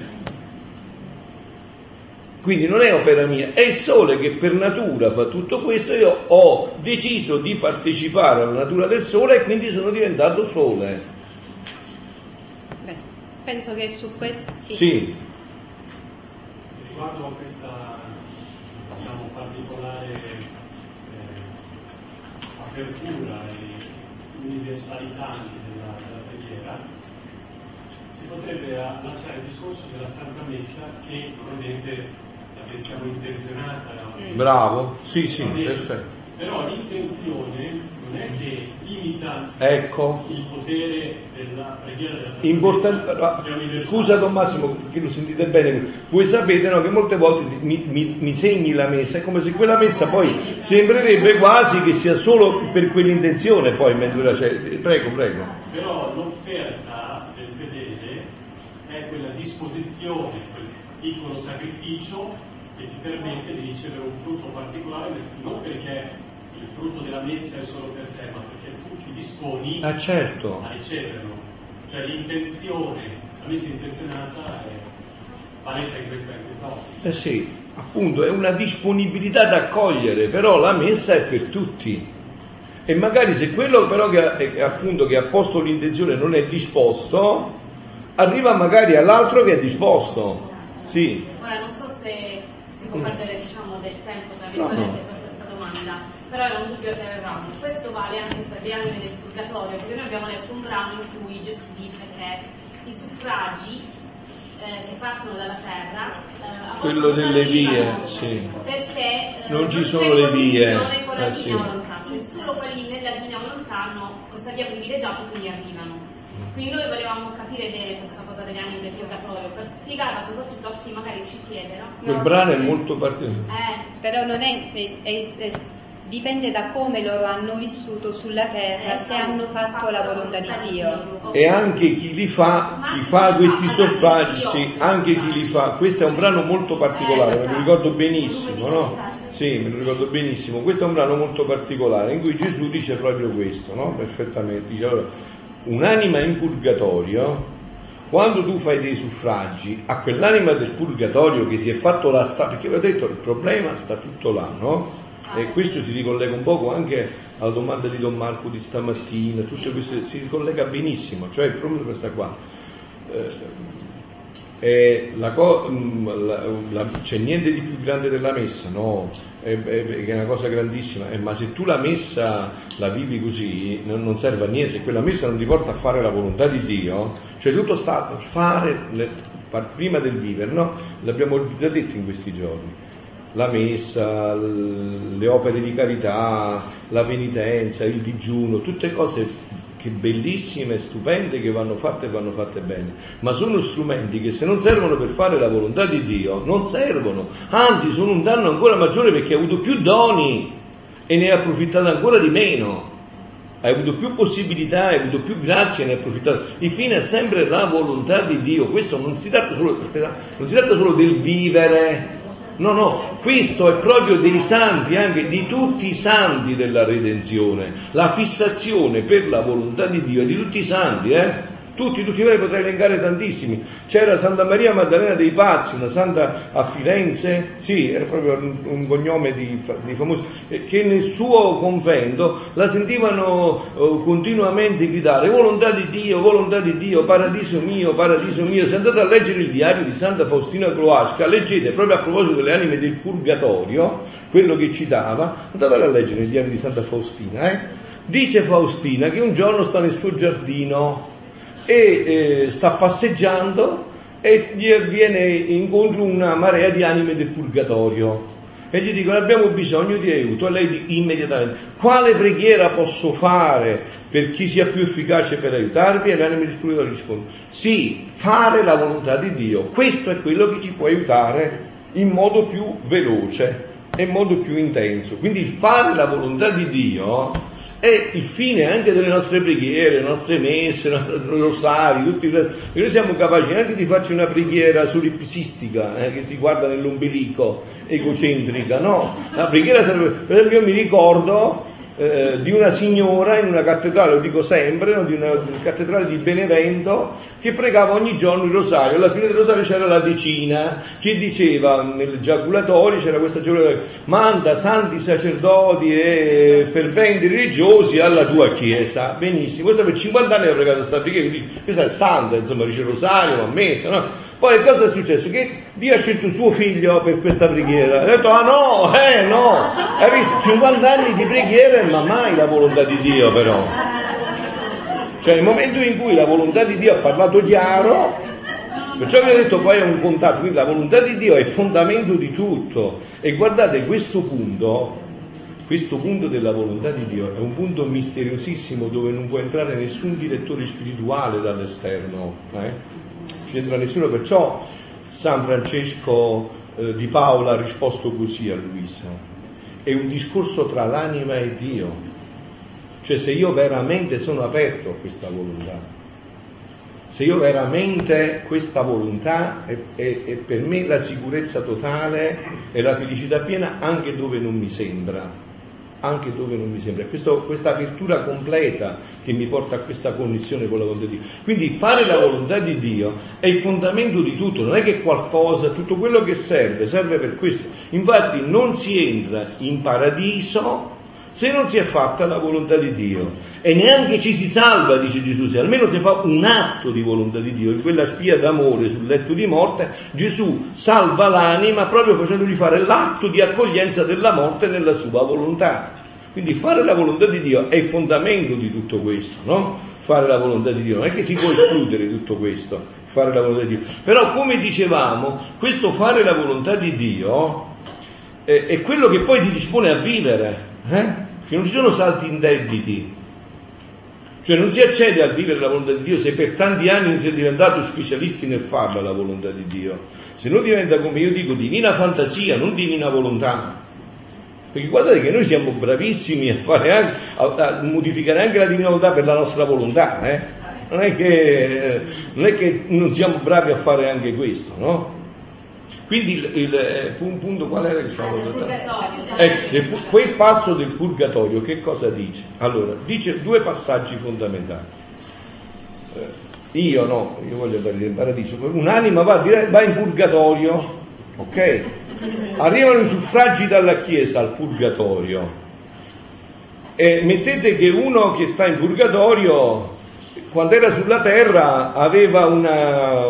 Quindi non è opera mia, è il sole che per natura fa tutto questo. Io ho deciso di partecipare alla natura del sole e quindi sono diventato sole. Beh, penso che su questo sì. Sì. Riguardo a questa, diciamo, particolare eh, apertura e universalità anche della, della preghiera, si potrebbe allacciare il discorso della Santa Messa, che ovviamente pensiamo intenzionata. Mm. Bravo, sì, sì, perfetto. Però l'intenzione non è che limita ecco. il potere della preghiera della Santa Importante, Messa. Scusa Don Massimo, che lo sentite bene, voi sapete, no, che molte volte mi, mi, mi segni la messa, è come se quella messa poi sembrerebbe quasi che sia solo per quell'intenzione, poi mentre c'è. Prego, prego. Però l'offerta del fedele è quella disposizione, quel piccolo sacrificio che ti permette di ricevere un frutto particolare, non perché il frutto della messa è solo per te, ma perché tu ti disponi ah, certo. a riceverlo. Cioè l'intenzione, la messa intenzionata è valeta in questa, in questa ottica. Eh sì, appunto, è una disponibilità da accogliere, però la messa è per tutti. E magari se quello però che ha, appunto, che ha posto l'intenzione non è disposto, arriva magari all'altro che è disposto. Sì. Ora non so se si può perdere, diciamo, del tempo tra No, virgolette no. per questa domanda, però era un dubbio che avevamo. Questo vale anche per gli animi del purgatorio, perché noi abbiamo letto un brano in cui Gesù dice che i suffragi eh, che partono dalla terra eh, a quello volte non delle vie, arrivano, sì. perché eh, non ci non sono c'è le vie connessione con la eh, divina sì. volontà, cioè solo quelli nella divina volontà hanno questa via privilegiata, quindi arrivano. Quindi noi volevamo capire bene questa cosa degli animi del purgatorio, per spiegarla soprattutto a chi magari ci chiede, no? Quel No, brano è perché- molto particolare. Eh, Però non è, è- è- è- dipende da come loro hanno vissuto sulla terra, se hanno fatto la volontà di Dio. E anche chi li fa, chi fa questi suffragi, sì, anche chi li fa. Questo è un brano molto particolare, me lo ricordo benissimo, no? Sì, me lo ricordo benissimo. Questo è un brano molto particolare in cui Gesù dice proprio questo, no? Perfettamente. Dice allora, un'anima in purgatorio, quando tu fai dei suffragi a quell'anima del purgatorio che si è fatto la sta, perché vi ho detto il problema sta tutto là, no? E questo si ricollega un poco anche alla domanda di Don Marco di stamattina, tutte queste, si ricollega benissimo, cioè il problema è questa qua. Eh, è la co- la, la, c'è niente di più grande della messa, no? È, è, è una cosa grandissima, eh, ma se tu la messa la vivi così non, non serve a niente. Se quella messa non ti porta a fare la volontà di Dio, cioè tutto sta a fare le, prima del vivere, no? L'abbiamo già detto in questi giorni. La messa, le opere di carità, la penitenza, il digiuno, tutte cose che bellissime, stupende, che vanno fatte e vanno fatte bene, ma sono strumenti che se non servono per fare la volontà di Dio, non servono, anzi sono un danno ancora maggiore perché hai avuto più doni e ne hai approfittato ancora di meno. Hai avuto più possibilità, hai avuto più grazie e ne hai approfittato. Il fine è sempre la volontà di Dio. Questo non si tratta solo, non si tratta solo del vivere, no, no, questo è proprio dei santi, anche di tutti i santi della redenzione. La fissazione per la volontà di Dio è di tutti i santi, eh? Tutti, tutti noi potrei elencare tantissimi. C'era Santa Maria Maddalena dei Pazzi, una santa a Firenze, sì, era proprio un, un cognome di, di famosi, che nel suo convento la sentivano uh, continuamente gridare: volontà di Dio, volontà di Dio, paradiso mio, paradiso mio. Se andate a leggere il diario di Santa Faustina Kowalska, leggete proprio a proposito delle anime del purgatorio, quello che citava, andate a leggere il diario di Santa Faustina, eh? Dice Faustina che un giorno sta nel suo giardino e eh, sta passeggiando e gli viene incontro una marea di anime del purgatorio e gli dicono: abbiamo bisogno di aiuto. E lei dice immediatamente: quale preghiera posso fare per chi sia più efficace per aiutarvi? E le anime del purgatorio rispondono: sì, fare la volontà di Dio, questo è quello che ci può aiutare in modo più veloce e in modo più intenso. Quindi il fare la volontà di Dio è il fine anche delle nostre preghiere, le nostre messe, i nostri rosari, tutto il resto. Perché noi siamo capaci anche di farci una preghiera solipsistica, eh, che si guarda nell'ombelico, egocentrica, no? La preghiera serve, per esempio io mi ricordo eh, di una signora in una cattedrale, lo dico sempre, no? di, una, di una cattedrale di Benevento, che pregava ogni giorno il rosario. Alla fine del rosario c'era la decina che diceva, nel giaculatorio c'era questa giaculatoria: manda santi sacerdoti e ferventi religiosi alla tua chiesa. Benissimo, questo per cinquanta anni ha pregato questa preghiera, quindi questa è santa, insomma, dice il rosario, la messa, no? Poi cosa è successo? Che Dio ha scelto suo figlio per questa preghiera. Ha detto: ah no, eh no, hai visto, cinquanta anni di preghiera, ma mai la volontà di Dio però. Cioè nel momento in cui la volontà di Dio ha parlato chiaro, perciò vi ho detto poi è un contatto, quindi la volontà di Dio è il fondamento di tutto. E guardate, questo punto, questo punto della volontà di Dio è un punto misteriosissimo dove non può entrare nessun direttore spirituale dall'esterno, eh? Non c'entra nessuno, perciò San Francesco eh, di Paola ha risposto così a Luisa: è un discorso tra l'anima e Dio, cioè se io veramente sono aperto a questa volontà, se io veramente questa volontà è, è, è per me la sicurezza totale e la felicità piena anche dove non mi sembra, anche dove non mi sembra. Questo, questa apertura completa che mi porta a questa connessione con la volontà di Dio. Quindi fare la volontà di Dio è il fondamento di tutto, non è che qualcosa, tutto quello che serve, serve per questo. Infatti non si entra in paradiso se non si è fatta la volontà di Dio, e neanche ci si salva, dice Gesù, se almeno si fa un atto di volontà di Dio. In quella spia d'amore sul letto di morte Gesù salva l'anima proprio facendogli fare l'atto di accoglienza della morte nella sua volontà. Quindi fare la volontà di Dio è il fondamento di tutto questo, no? Fare la volontà di Dio, non è che si può escludere tutto questo, fare la volontà di Dio. Però come dicevamo, questo fare la volontà di Dio è, è quello che poi ti dispone a vivere, eh? Che non ci sono salti indebiti, cioè non si accede a vivere la volontà di Dio se per tanti anni non si è diventato specialisti nel farla la volontà di Dio, se no diventa, come io dico, divina fantasia, non divina volontà. Perché guardate che noi siamo bravissimi a fare anche, a, a modificare anche la divina volontà per la nostra volontà, eh? non, è che, non è che non siamo bravi a fare anche questo, no? Quindi il, il punto qual era che stavo trattando? Ecco, quel passo del purgatorio che cosa dice? Allora, dice due passaggi fondamentali. Eh, io no, io voglio andare in paradiso, un'anima va, va in purgatorio, ok? Arrivano i suffragi dalla Chiesa al purgatorio e mettete che uno che sta in purgatorio, quando era sulla terra, aveva una,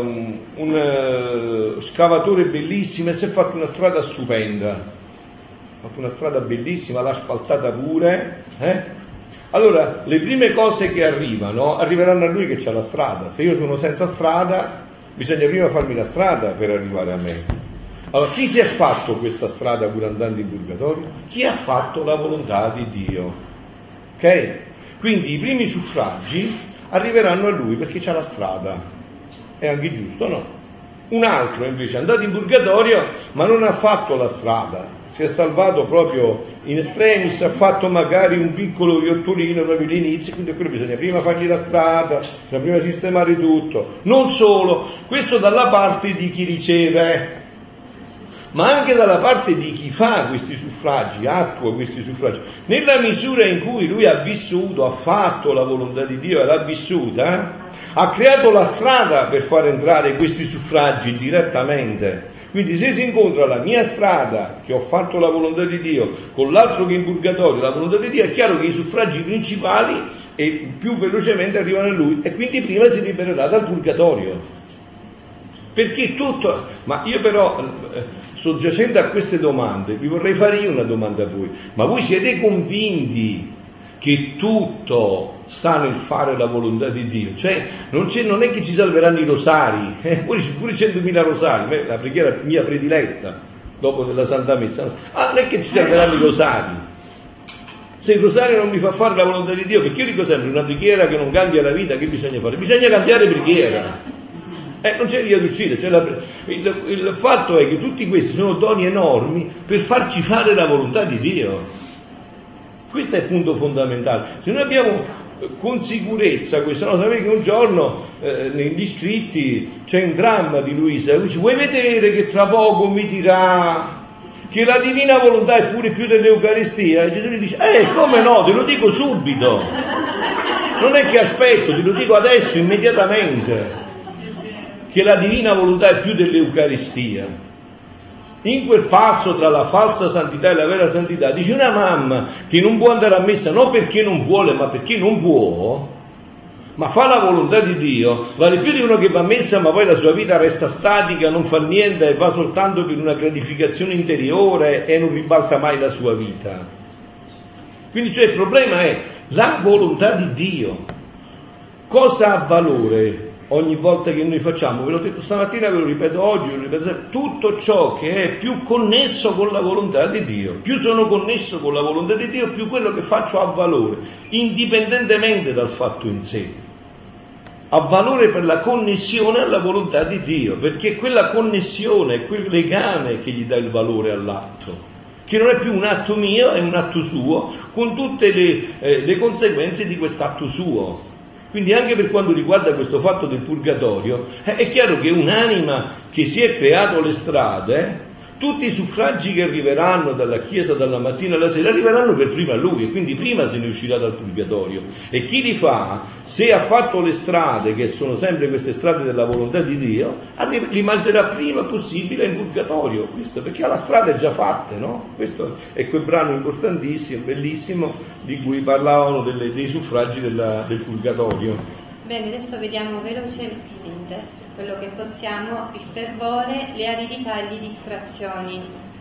un scavatore bellissimo e si è fatto una strada stupenda, ha fatto una strada bellissima, l'ha asfaltata pure, eh? Allora le prime cose che arrivano arriveranno a lui che c'ha la strada. Se io sono senza strada, bisogna prima farmi la strada per arrivare a me. Allora, chi si è fatto questa strada pur andando in purgatorio? Chi ha fatto la volontà di Dio, ok? Quindi i primi suffragi arriveranno a lui perché c'ha la strada, è anche giusto, no? Un altro invece è andato in purgatorio ma non ha fatto la strada, si è salvato proprio in estremis, ha fatto magari un piccolo viottolino proprio all'inizio, quindi quello bisogna prima fargli la strada, bisogna prima sistemare tutto. Non solo, questo dalla parte di chi riceve, ma anche dalla parte di chi fa questi suffragi, attua questi suffragi. Nella misura in cui lui ha vissuto, ha fatto la volontà di Dio e l'ha vissuta, ha creato la strada per far entrare questi suffragi direttamente. Quindi se si incontra la mia strada, che ho fatto la volontà di Dio, con l'altro che è in purgatorio, la volontà di Dio, è chiaro che i suffragi principali e più velocemente arrivano a lui, e quindi prima si libererà dal purgatorio. Perché tutto... Ma io però, soggiacendo a queste domande, vi vorrei fare io una domanda a voi. Ma voi siete convinti che tutto sta nel fare la volontà di Dio? Cioè, non, c'è, non è che ci salveranno i rosari, eh, pure, pure centomila rosari, la preghiera mia prediletta, dopo della Santa Messa. Ah, non è che ci salveranno i rosari. Se il rosario non mi fa fare la volontà di Dio, perché io dico sempre, una preghiera che non cambia la vita, che bisogna fare? Bisogna cambiare preghiera. Eh, non c'è via d'uscita, c'è la, il, il fatto è che tutti questi sono doni enormi per farci fare la volontà di Dio. Questo è il punto fondamentale. Se noi abbiamo con sicurezza questo, no, sapete che un giorno eh, negli scritti c'è un dramma di Luisa, lui dice: vuoi vedere che tra poco mi dirà che la divina volontà è pure più dell'Eucaristia? E Gesù gli dice: eh, come no, te lo dico subito, non è che aspetto, te lo dico adesso, immediatamente, che la divina volontà è più dell'Eucaristia. In quel passo tra la falsa santità e la vera santità, dice una mamma che non può andare a messa non perché non vuole, ma perché non può, ma fa la volontà di Dio, vale più di uno che va a messa ma poi la sua vita resta statica, non fa niente e va soltanto per una gratificazione interiore e non ribalta mai la sua vita. Quindi cioè il problema è la volontà di Dio. Cosa ha valore? Ogni volta che noi facciamo, ve l'ho detto stamattina, ve lo ripeto oggi, ve lo ripeto sempre, tutto ciò che è più connesso con la volontà di Dio. Più sono connesso con la volontà di Dio, più quello che faccio ha valore, indipendentemente dal fatto in sé. Ha valore per la connessione alla volontà di Dio, perché quella connessione, quel legame che gli dà il valore all'atto, che non è più un atto mio, è un atto suo, con tutte le, eh, le conseguenze di quest'atto suo. Quindi anche per quanto riguarda questo fatto del purgatorio, è chiaro che un'anima che si è creato le strade, tutti i suffragi che arriveranno dalla Chiesa dalla mattina alla sera arriveranno per prima a lui, e quindi prima se ne uscirà dal purgatorio. E chi li fa, se ha fatto le strade, che sono sempre queste strade della volontà di Dio, li manderà prima possibile in purgatorio, questo, perché la strada è già fatta, no? Questo è quel brano importantissimo, bellissimo, di cui parlavano delle, dei suffragi della, del purgatorio. Bene, adesso vediamo velocemente quello che possiamo: il fervore, le aridità e le distrazioni.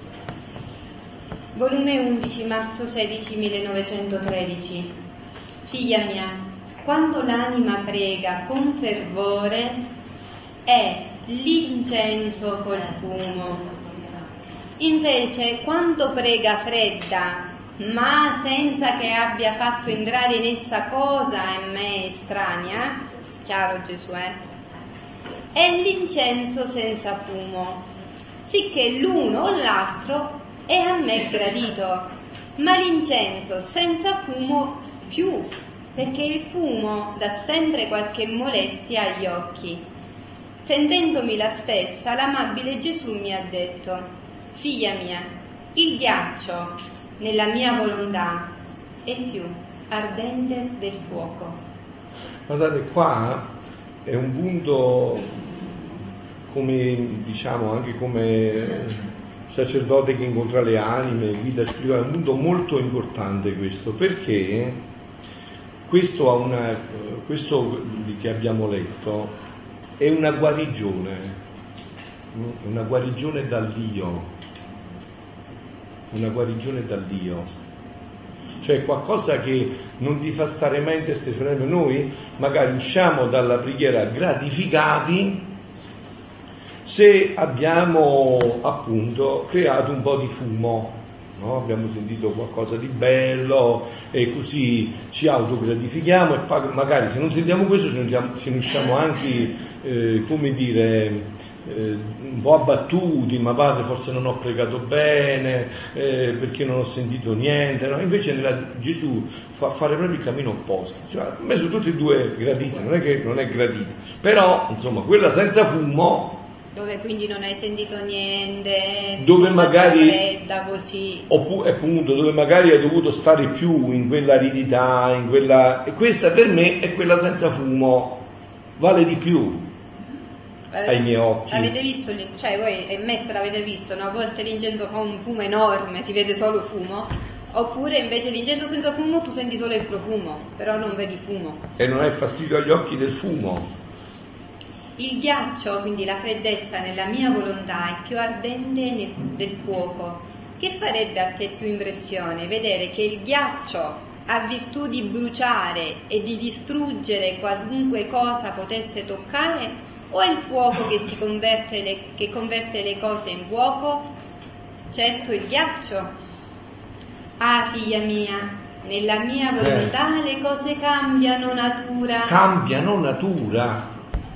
Volume undici, marzo sedici millenovecentotredici. Figlia mia, quando l'anima prega con fervore è l'incenso col fumo. Invece, quando prega fredda, ma senza che abbia fatto entrare in essa cosa a me estranea, chiaro Giosuè, è l'incenso senza fumo, sicché l'uno o l'altro è a me gradito, ma l'incenso senza fumo più, perché il fumo dà sempre qualche molestia agli occhi. Sentendomi la stessa, l'amabile Gesù mi ha detto: figlia mia, il ghiaccio nella mia volontà è più ardente del fuoco. Guardate, qua è un punto, come diciamo anche come sacerdote che incontra le anime, guida spirituale, è un punto molto importante questo, perché questo, ha una, questo che abbiamo letto è una guarigione, una guarigione dall'io, una guarigione dall'io. Cioè qualcosa che non ti fa stare mente stesso. Noi magari usciamo dalla preghiera gratificati se abbiamo appunto creato un po' di fumo, no? Abbiamo sentito qualcosa di bello e così ci autogratifichiamo e pag- magari se non sentiamo questo ce ne siamo- ce ne usciamo anche, eh, come dire, eh, un po' abbattuti, ma padre forse non ho pregato bene, eh, perché non ho sentito niente, no? Invece nella, Gesù fa fare proprio il cammino opposto, cioè, a me sono tutte e due gradite, non è che non è gradita, però insomma quella senza fumo, dove quindi non hai sentito niente, dove magari fredda, così. Oppure appunto dove magari hai dovuto stare più in quella aridità, in quella, e questa per me è quella senza fumo, vale di più ai miei occhi. Avete visto, cioè voi e me l'avete visto, no? A volte l'incenso fa un fumo enorme, si vede solo fumo, oppure invece l'incenso senza fumo tu senti solo il profumo, però non vedi fumo. E non hai fastidio agli occhi del fumo. Il ghiaccio, quindi la freddezza nella mia volontà è più ardente nel, del fuoco. Che farebbe a te più impressione vedere che il ghiaccio ha virtù di bruciare e di distruggere qualunque cosa potesse toccare, o è il fuoco che, si converte le, che converte le cose in fuoco? Certo il ghiaccio. Ah, figlia mia, nella mia volontà eh. le cose cambiano natura. Cambiano natura.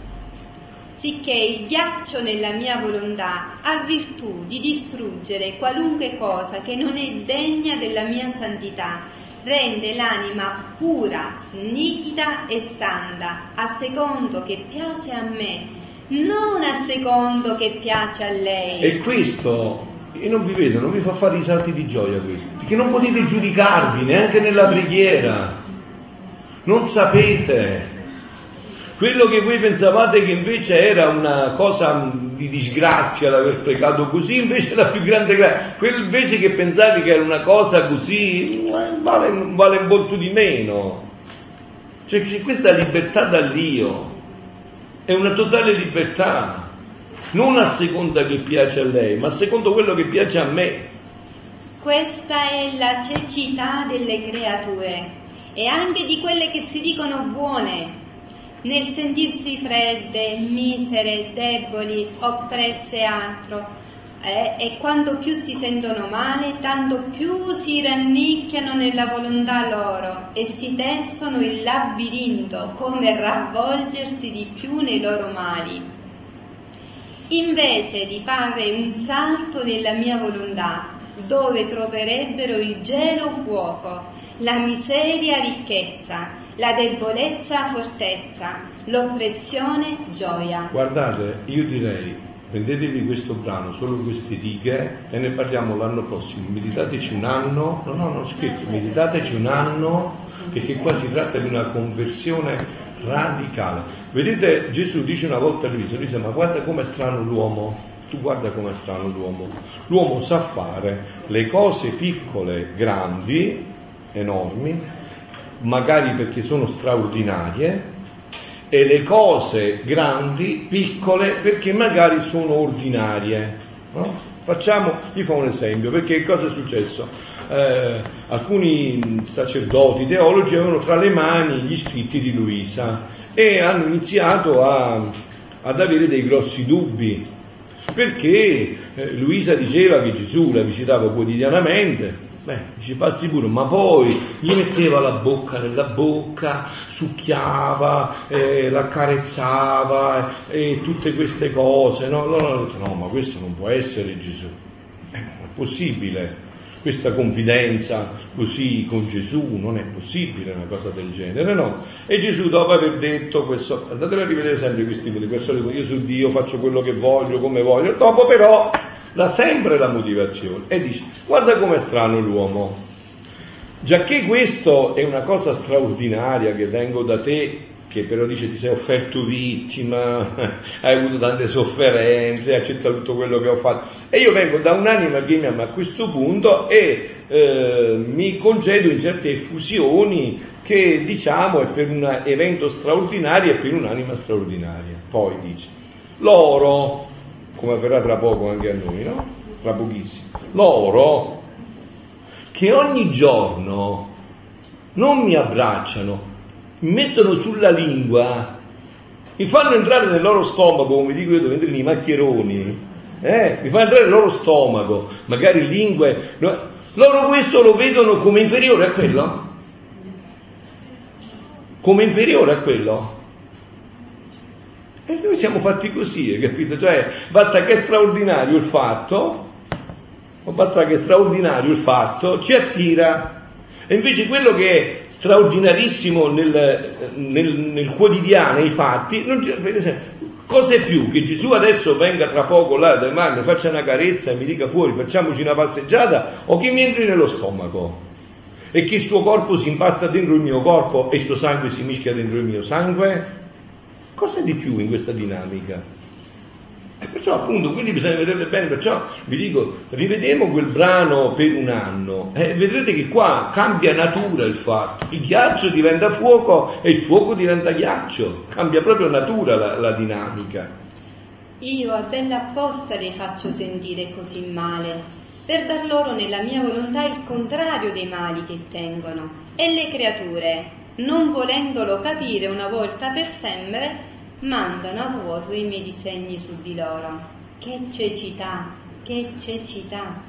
Sicché il ghiaccio nella mia volontà ha virtù di distruggere qualunque cosa che non è degna della mia santità, rende l'anima pura, nitida e santa, a secondo che piace a me, non a secondo che piace a lei. E questo, io non vi vedo, non vi fa fare i salti di gioia questo, perché non potete giudicarvi neanche nella preghiera, non sapete. Quello che voi pensavate che invece era una cosa di disgrazia l'aver pregato così, invece è la più grande grazia. Quello invece che pensavi che era una cosa così, vale, vale molto di meno. Cioè c'è questa libertà dall'io, è una totale libertà, non a seconda che piace a lei, ma a secondo quello che piace a me. Questa è la cecità delle creature e anche di quelle che si dicono buone, nel sentirsi fredde, misere, deboli, oppresse e altro, eh, e quanto più si sentono male, tanto più si rannicchiano nella volontà loro e si tessono il labirinto come ravvolgersi di più nei loro mali. Invece di fare un salto nella mia volontà, dove troverebbero il gelo fuoco, la miseria ricchezza, la debolezza fortezza, l'oppressione gioia. Guardate, io direi, prendetevi questo brano, solo queste righe, e ne parliamo l'anno prossimo. Meditateci un anno, no, no, no, scherzo, meditateci un anno, perché qua si tratta di una conversione radicale. Vedete, Gesù dice una volta a Luisa, Luisa, ma guarda com'è strano l'uomo. Tu guarda com'è strano l'uomo. L'uomo sa fare le cose piccole, grandi, enormi, magari perché sono straordinarie, e le cose grandi, piccole, perché magari sono ordinarie. No? Facciamo, vi fa un esempio, perché cosa è successo? Eh, alcuni sacerdoti, teologi avevano tra le mani gli scritti di Luisa e hanno iniziato a, ad avere dei grossi dubbi, perché eh, Luisa diceva che Gesù la visitava quotidianamente. Beh, ci passi pure, ma poi gli metteva la bocca nella bocca, succhiava, eh, l'accarezzava e eh, tutte queste cose, no? Allora ho detto, no, ma questo non può essere Gesù, eh, non è possibile, questa confidenza così con Gesù, non è possibile una cosa del genere, no? E Gesù, dopo aver detto questo, andatela a rivedere sempre questi libri, questo io su Dio faccio quello che voglio, come voglio, dopo però dà sempre la motivazione e dice, guarda com'è strano l'uomo, giacché questo è una cosa straordinaria che vengo da te, che però dice ti sei offerto vittima, hai avuto tante sofferenze, hai accettato tutto quello che ho fatto, e io vengo da un'anima che mi ama a questo punto e eh, mi concedo in certe effusioni che diciamo è per un evento straordinario e per un'anima straordinaria. Poi dice, loro, come avverrà tra poco anche a noi, no? Tra pochissimo. Loro che ogni giorno non mi abbracciano, mi mettono sulla lingua, mi fanno entrare nel loro stomaco, come dico io, dove entrano i maccheroni, eh? Mi fanno entrare nel loro stomaco, magari lingue, no? Loro questo lo vedono come inferiore a quello? Come inferiore a quello? E noi siamo fatti così, hai capito? Cioè, basta che è straordinario il fatto, o basta che è straordinario il fatto, ci attira. E invece quello che è straordinarissimo nel, nel, nel quotidiano, i fatti, non c'è, per esempio, cosa è più? Che Gesù adesso venga tra poco là dal mare, mi faccia una carezza e mi dica fuori, facciamoci una passeggiata, o che mi entri nello stomaco? E che il suo corpo si impasta dentro il mio corpo e il suo sangue si mischia dentro il mio sangue? Cosa di più in questa dinamica? E perciò appunto, quindi bisogna vederle bene, perciò vi dico, rivedemo quel brano per un anno e vedrete che qua cambia natura il fatto, il ghiaccio diventa fuoco e il fuoco diventa ghiaccio, cambia proprio natura la, la dinamica. Io a bella apposta li faccio sentire così male, per dar loro nella mia volontà il contrario dei mali che tengono, e le creature, non volendolo capire una volta per sempre, mandano a vuoto i miei disegni su di loro. Che cecità, che cecità.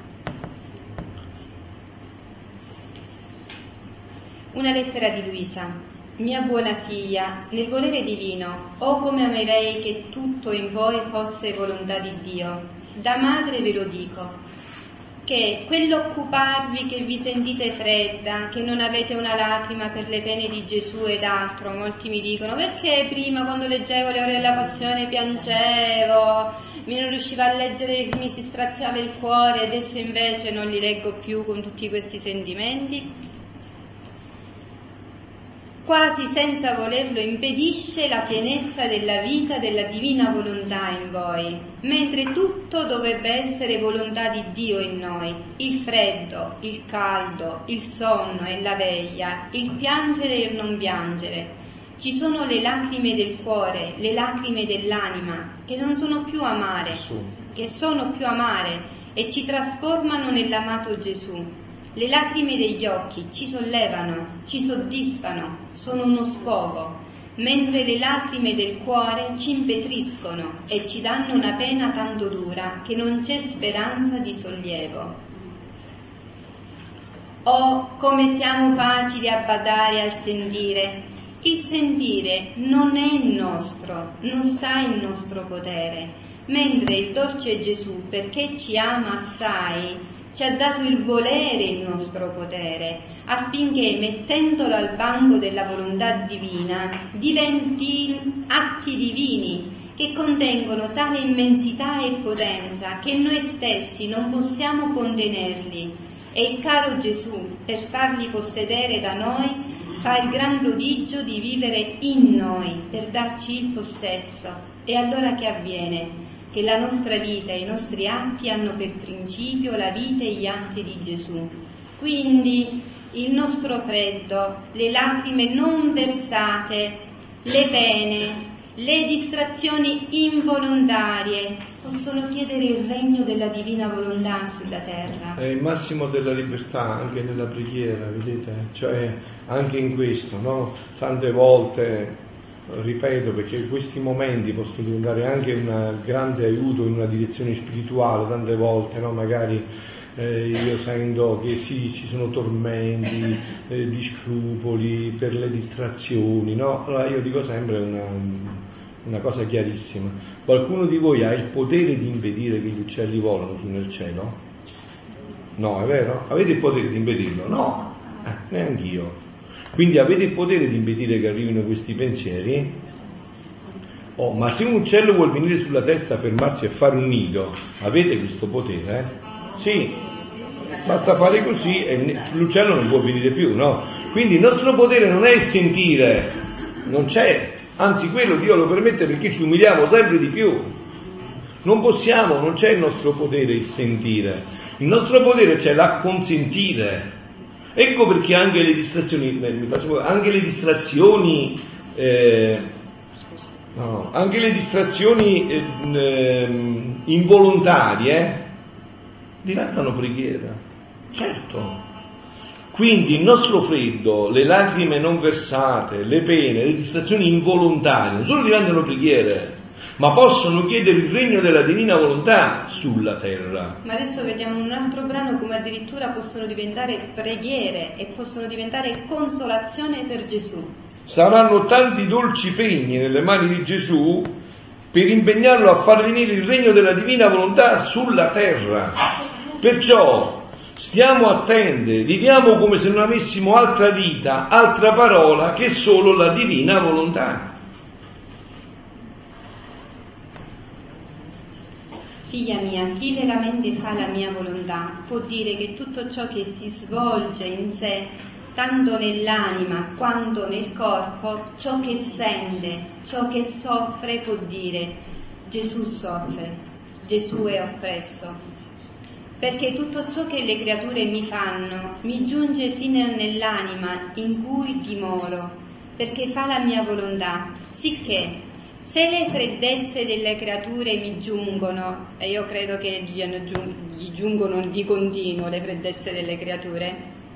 Una lettera di Luisa. Mia buona figlia, nel volere divino, oh come amerei che tutto in voi fosse volontà di Dio. Da madre ve lo dico, che quell'occuparvi che vi sentite fredda, che non avete una lacrima per le pene di Gesù ed altro, molti mi dicono perché prima quando leggevo le ore della passione piangevo, mi non riuscivo a leggere, mi si straziava il cuore, adesso invece non li leggo più con tutti questi sentimenti. Quasi senza volerlo impedisce la pienezza della vita della divina volontà in voi, mentre tutto dovrebbe essere volontà di Dio in noi, il freddo, il caldo, il sonno e la veglia, il piangere e il non piangere. Ci sono le lacrime del cuore, le lacrime dell'anima, che non sono più amare, che sono più amare e ci trasformano nell'amato Gesù. Le lacrime degli occhi ci sollevano, ci soddisfano, sono uno sfogo, mentre le lacrime del cuore ci impetriscono e ci danno una pena tanto dura che non c'è speranza di sollievo. Oh, come siamo facili a badare al sentire! Il sentire non è nostro, non sta in nostro potere, mentre il dolce Gesù, perché ci ama assai, ci ha dato il volere il nostro potere, affinché mettendolo al banco della volontà divina diventi atti divini che contengono tale immensità e potenza che noi stessi non possiamo contenerli, e il caro Gesù, per farli possedere da noi, fa il gran prodigio di vivere in noi per darci il possesso. E allora che avviene? Che la nostra vita e i nostri atti hanno per principio la vita e gli atti di Gesù. Quindi il nostro freddo, le lacrime non versate, le pene, le distrazioni involontarie possono chiedere il regno della divina volontà sulla terra. È il massimo della libertà anche nella preghiera, vedete? Cioè anche in questo, no? Tante volte, ripeto, perché questi momenti possono diventare anche un grande aiuto in una direzione spirituale, tante volte, no? Magari eh, io sento che sì, ci sono tormenti, eh, di scrupoli per le distrazioni, no? Allora io dico sempre una, una cosa chiarissima: qualcuno di voi ha il potere di impedire che gli uccelli volano su nel cielo? No, è vero? Avete il potere di impedirlo? No, eh, neanch'io. Quindi avete il potere di impedire che arrivino questi pensieri? Oh, ma se un uccello vuol venire sulla testa, fermarsi e fare un nido, avete questo potere? Sì, basta fare così e l'uccello non può venire più, no? Quindi il nostro potere non è il sentire, non c'è, anzi quello Dio lo permette perché ci umiliamo sempre di più. Non possiamo, non c'è il nostro potere il sentire, il nostro potere c'è l'acconsentire. Ecco perché anche le distrazioni, mi faccio, anche le distrazioni, eh, no, anche le distrazioni eh, eh, involontarie diventano preghiera, certo. Quindi il nostro freddo, le lacrime non versate, le pene, le distrazioni involontarie non solo diventano preghiere, ma possono chiedere il regno della divina volontà sulla terra. Ma adesso vediamo un altro brano come addirittura possono diventare preghiere e possono diventare consolazione per Gesù. Saranno tanti dolci pegni nelle mani di Gesù per impegnarlo a far venire il regno della divina volontà sulla terra. Perciò stiamo attenti, viviamo come se non avessimo altra vita, altra parola che solo la divina volontà. Figlia mia, chi veramente fa la mia volontà può dire che tutto ciò che si svolge in sé, tanto nell'anima quanto nel corpo, ciò che sente, ciò che soffre, può dire Gesù soffre, Gesù è oppresso. Perché tutto ciò che le creature mi fanno mi giunge fino nell'anima in cui dimoro, perché fa la mia volontà, sicché se le freddezze delle creature mi giungono, e io credo che gli, gli giungono di continuo le freddezze delle creature,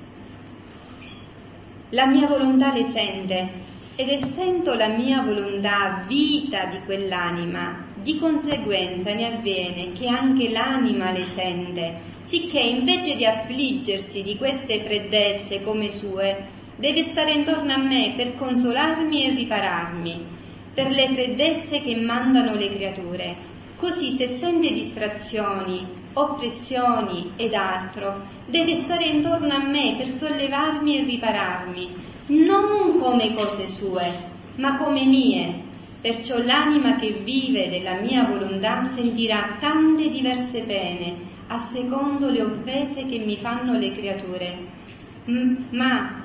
la mia volontà le sente, ed essendo la mia volontà vita di quell'anima, di conseguenza ne avviene che anche l'anima le sente, sicché invece di affliggersi di queste freddezze come sue, deve stare intorno a me per consolarmi e ripararmi, per le freddezze che mandano le creature. Così se sente distrazioni, oppressioni ed altro, deve stare intorno a me per sollevarmi e ripararmi, non come cose sue, ma come mie. Perciò l'anima che vive della mia volontà sentirà tante diverse pene, a secondo le offese che mi fanno le creature. Ma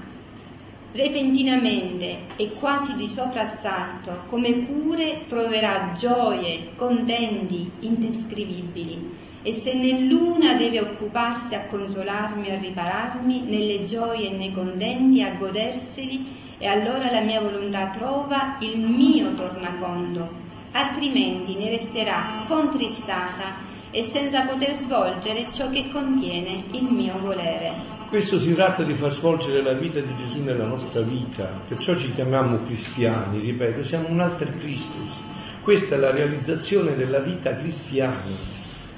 repentinamente e quasi di soprassalto, come pure proverà gioie, contenti, indescrivibili, e se nell'una deve occuparsi a consolarmi e a ripararmi, nelle gioie e nei contenti a goderseli, e allora la mia volontà trova il mio tornaconto, altrimenti ne resterà contristata e senza poter svolgere ciò che contiene il mio volere. Questo si tratta di far svolgere la vita di Gesù nella nostra vita, perciò ci chiamiamo cristiani, ripeto, siamo un altro Christus. Questa è la realizzazione della vita cristiana.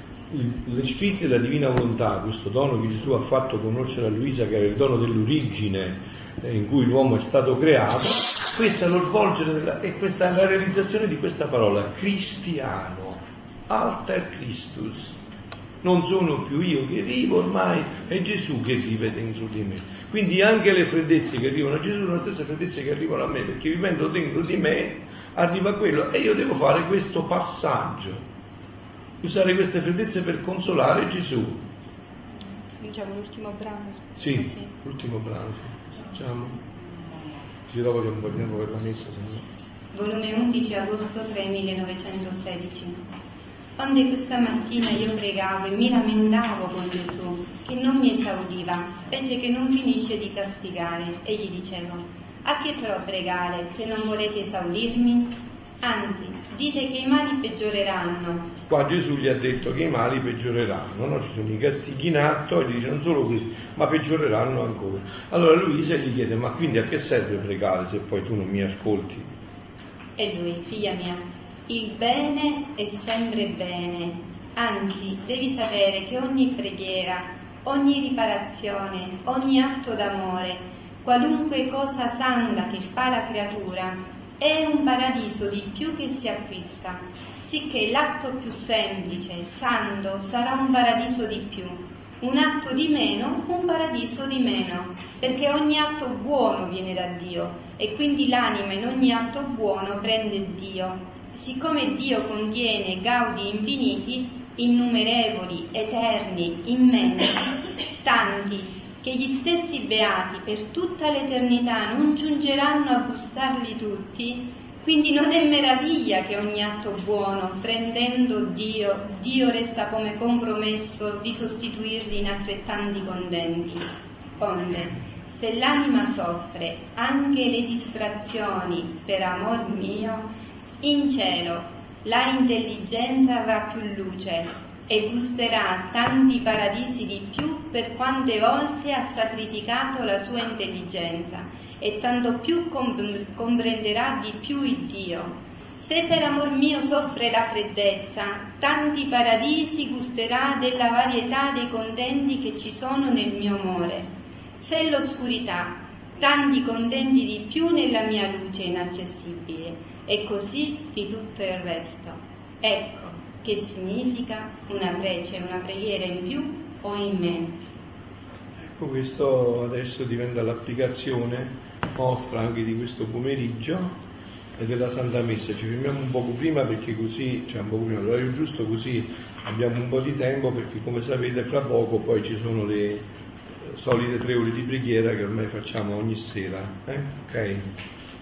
Lo spirito della divina volontà, questo dono che Gesù ha fatto conoscere a Luisa, che era il dono dell'origine in cui l'uomo è stato creato, questo è lo svolgere della, e questa è la realizzazione di questa parola, cristiano, alter Christus. Non sono più io che vivo, ormai è Gesù che vive dentro di me. Quindi anche le freddezze che arrivano a Gesù sono le stesse freddezze che arrivano a me, perché vivendo dentro di me arriva quello e io devo fare questo passaggio, usare queste freddezze per consolare Gesù. Diciamo l'ultimo brano. Sì, sì. l'ultimo brano, sì. Facciamo. Ci dopo che un po' di tempo per la messa. Volume undici agosto tre millenovecentosedici. Onde questa mattina io pregavo e mi lamentavo con Gesù, che non mi esaudiva, specie che non finisce di castigare, e gli dicevo: a che però pregare se non volete esaudirmi? Anzi, dite che i mali peggioreranno. Qua Gesù gli ha detto che i mali peggioreranno, no? Ci sono i castighi in atto e gli dice non solo questi, ma peggioreranno ancora. Allora Luisa gli chiede: ma quindi a che serve pregare se poi tu non mi ascolti? E lui: figlia mia, il bene è sempre bene, anzi devi sapere che ogni preghiera, ogni riparazione, ogni atto d'amore, qualunque cosa santa che fa la creatura, è un paradiso di più che si acquista, sicché l'atto più semplice, santo, sarà un paradiso di più, un atto di meno, un paradiso di meno, perché ogni atto buono viene da Dio, e quindi l'anima in ogni atto buono prende Dio. Siccome Dio contiene gaudi infiniti, innumerevoli, eterni, immensi, tanti, che gli stessi beati per tutta l'eternità non giungeranno a gustarli tutti, quindi non è meraviglia che ogni atto buono, prendendo Dio, Dio resta come compromesso di sostituirli in altrettanti contenti. Onde, se l'anima soffre anche le distrazioni per amor mio, in cielo la intelligenza avrà più luce e gusterà tanti paradisi di più per quante volte ha sacrificato la sua intelligenza, e tanto più comprenderà di più il Dio. Se Se per amor mio soffre la freddezza, tanti paradisi gusterà della varietà dei contenti che ci sono nel mio amore. Se l'oscurità, tanti contenti di più nella mia luce inaccessibile, e così di tutto il resto. Ecco che significa una prece, una preghiera in più o in meno. Ecco, questo adesso diventa l'applicazione nostra anche di questo pomeriggio e della Santa Messa. Ci fermiamo un poco prima perché così, cioè un poco prima, l'orario giusto, così abbiamo un po' di tempo, perché come sapete fra poco poi ci sono le solite tre ore di preghiera che ormai facciamo ogni sera. Eh? Ok?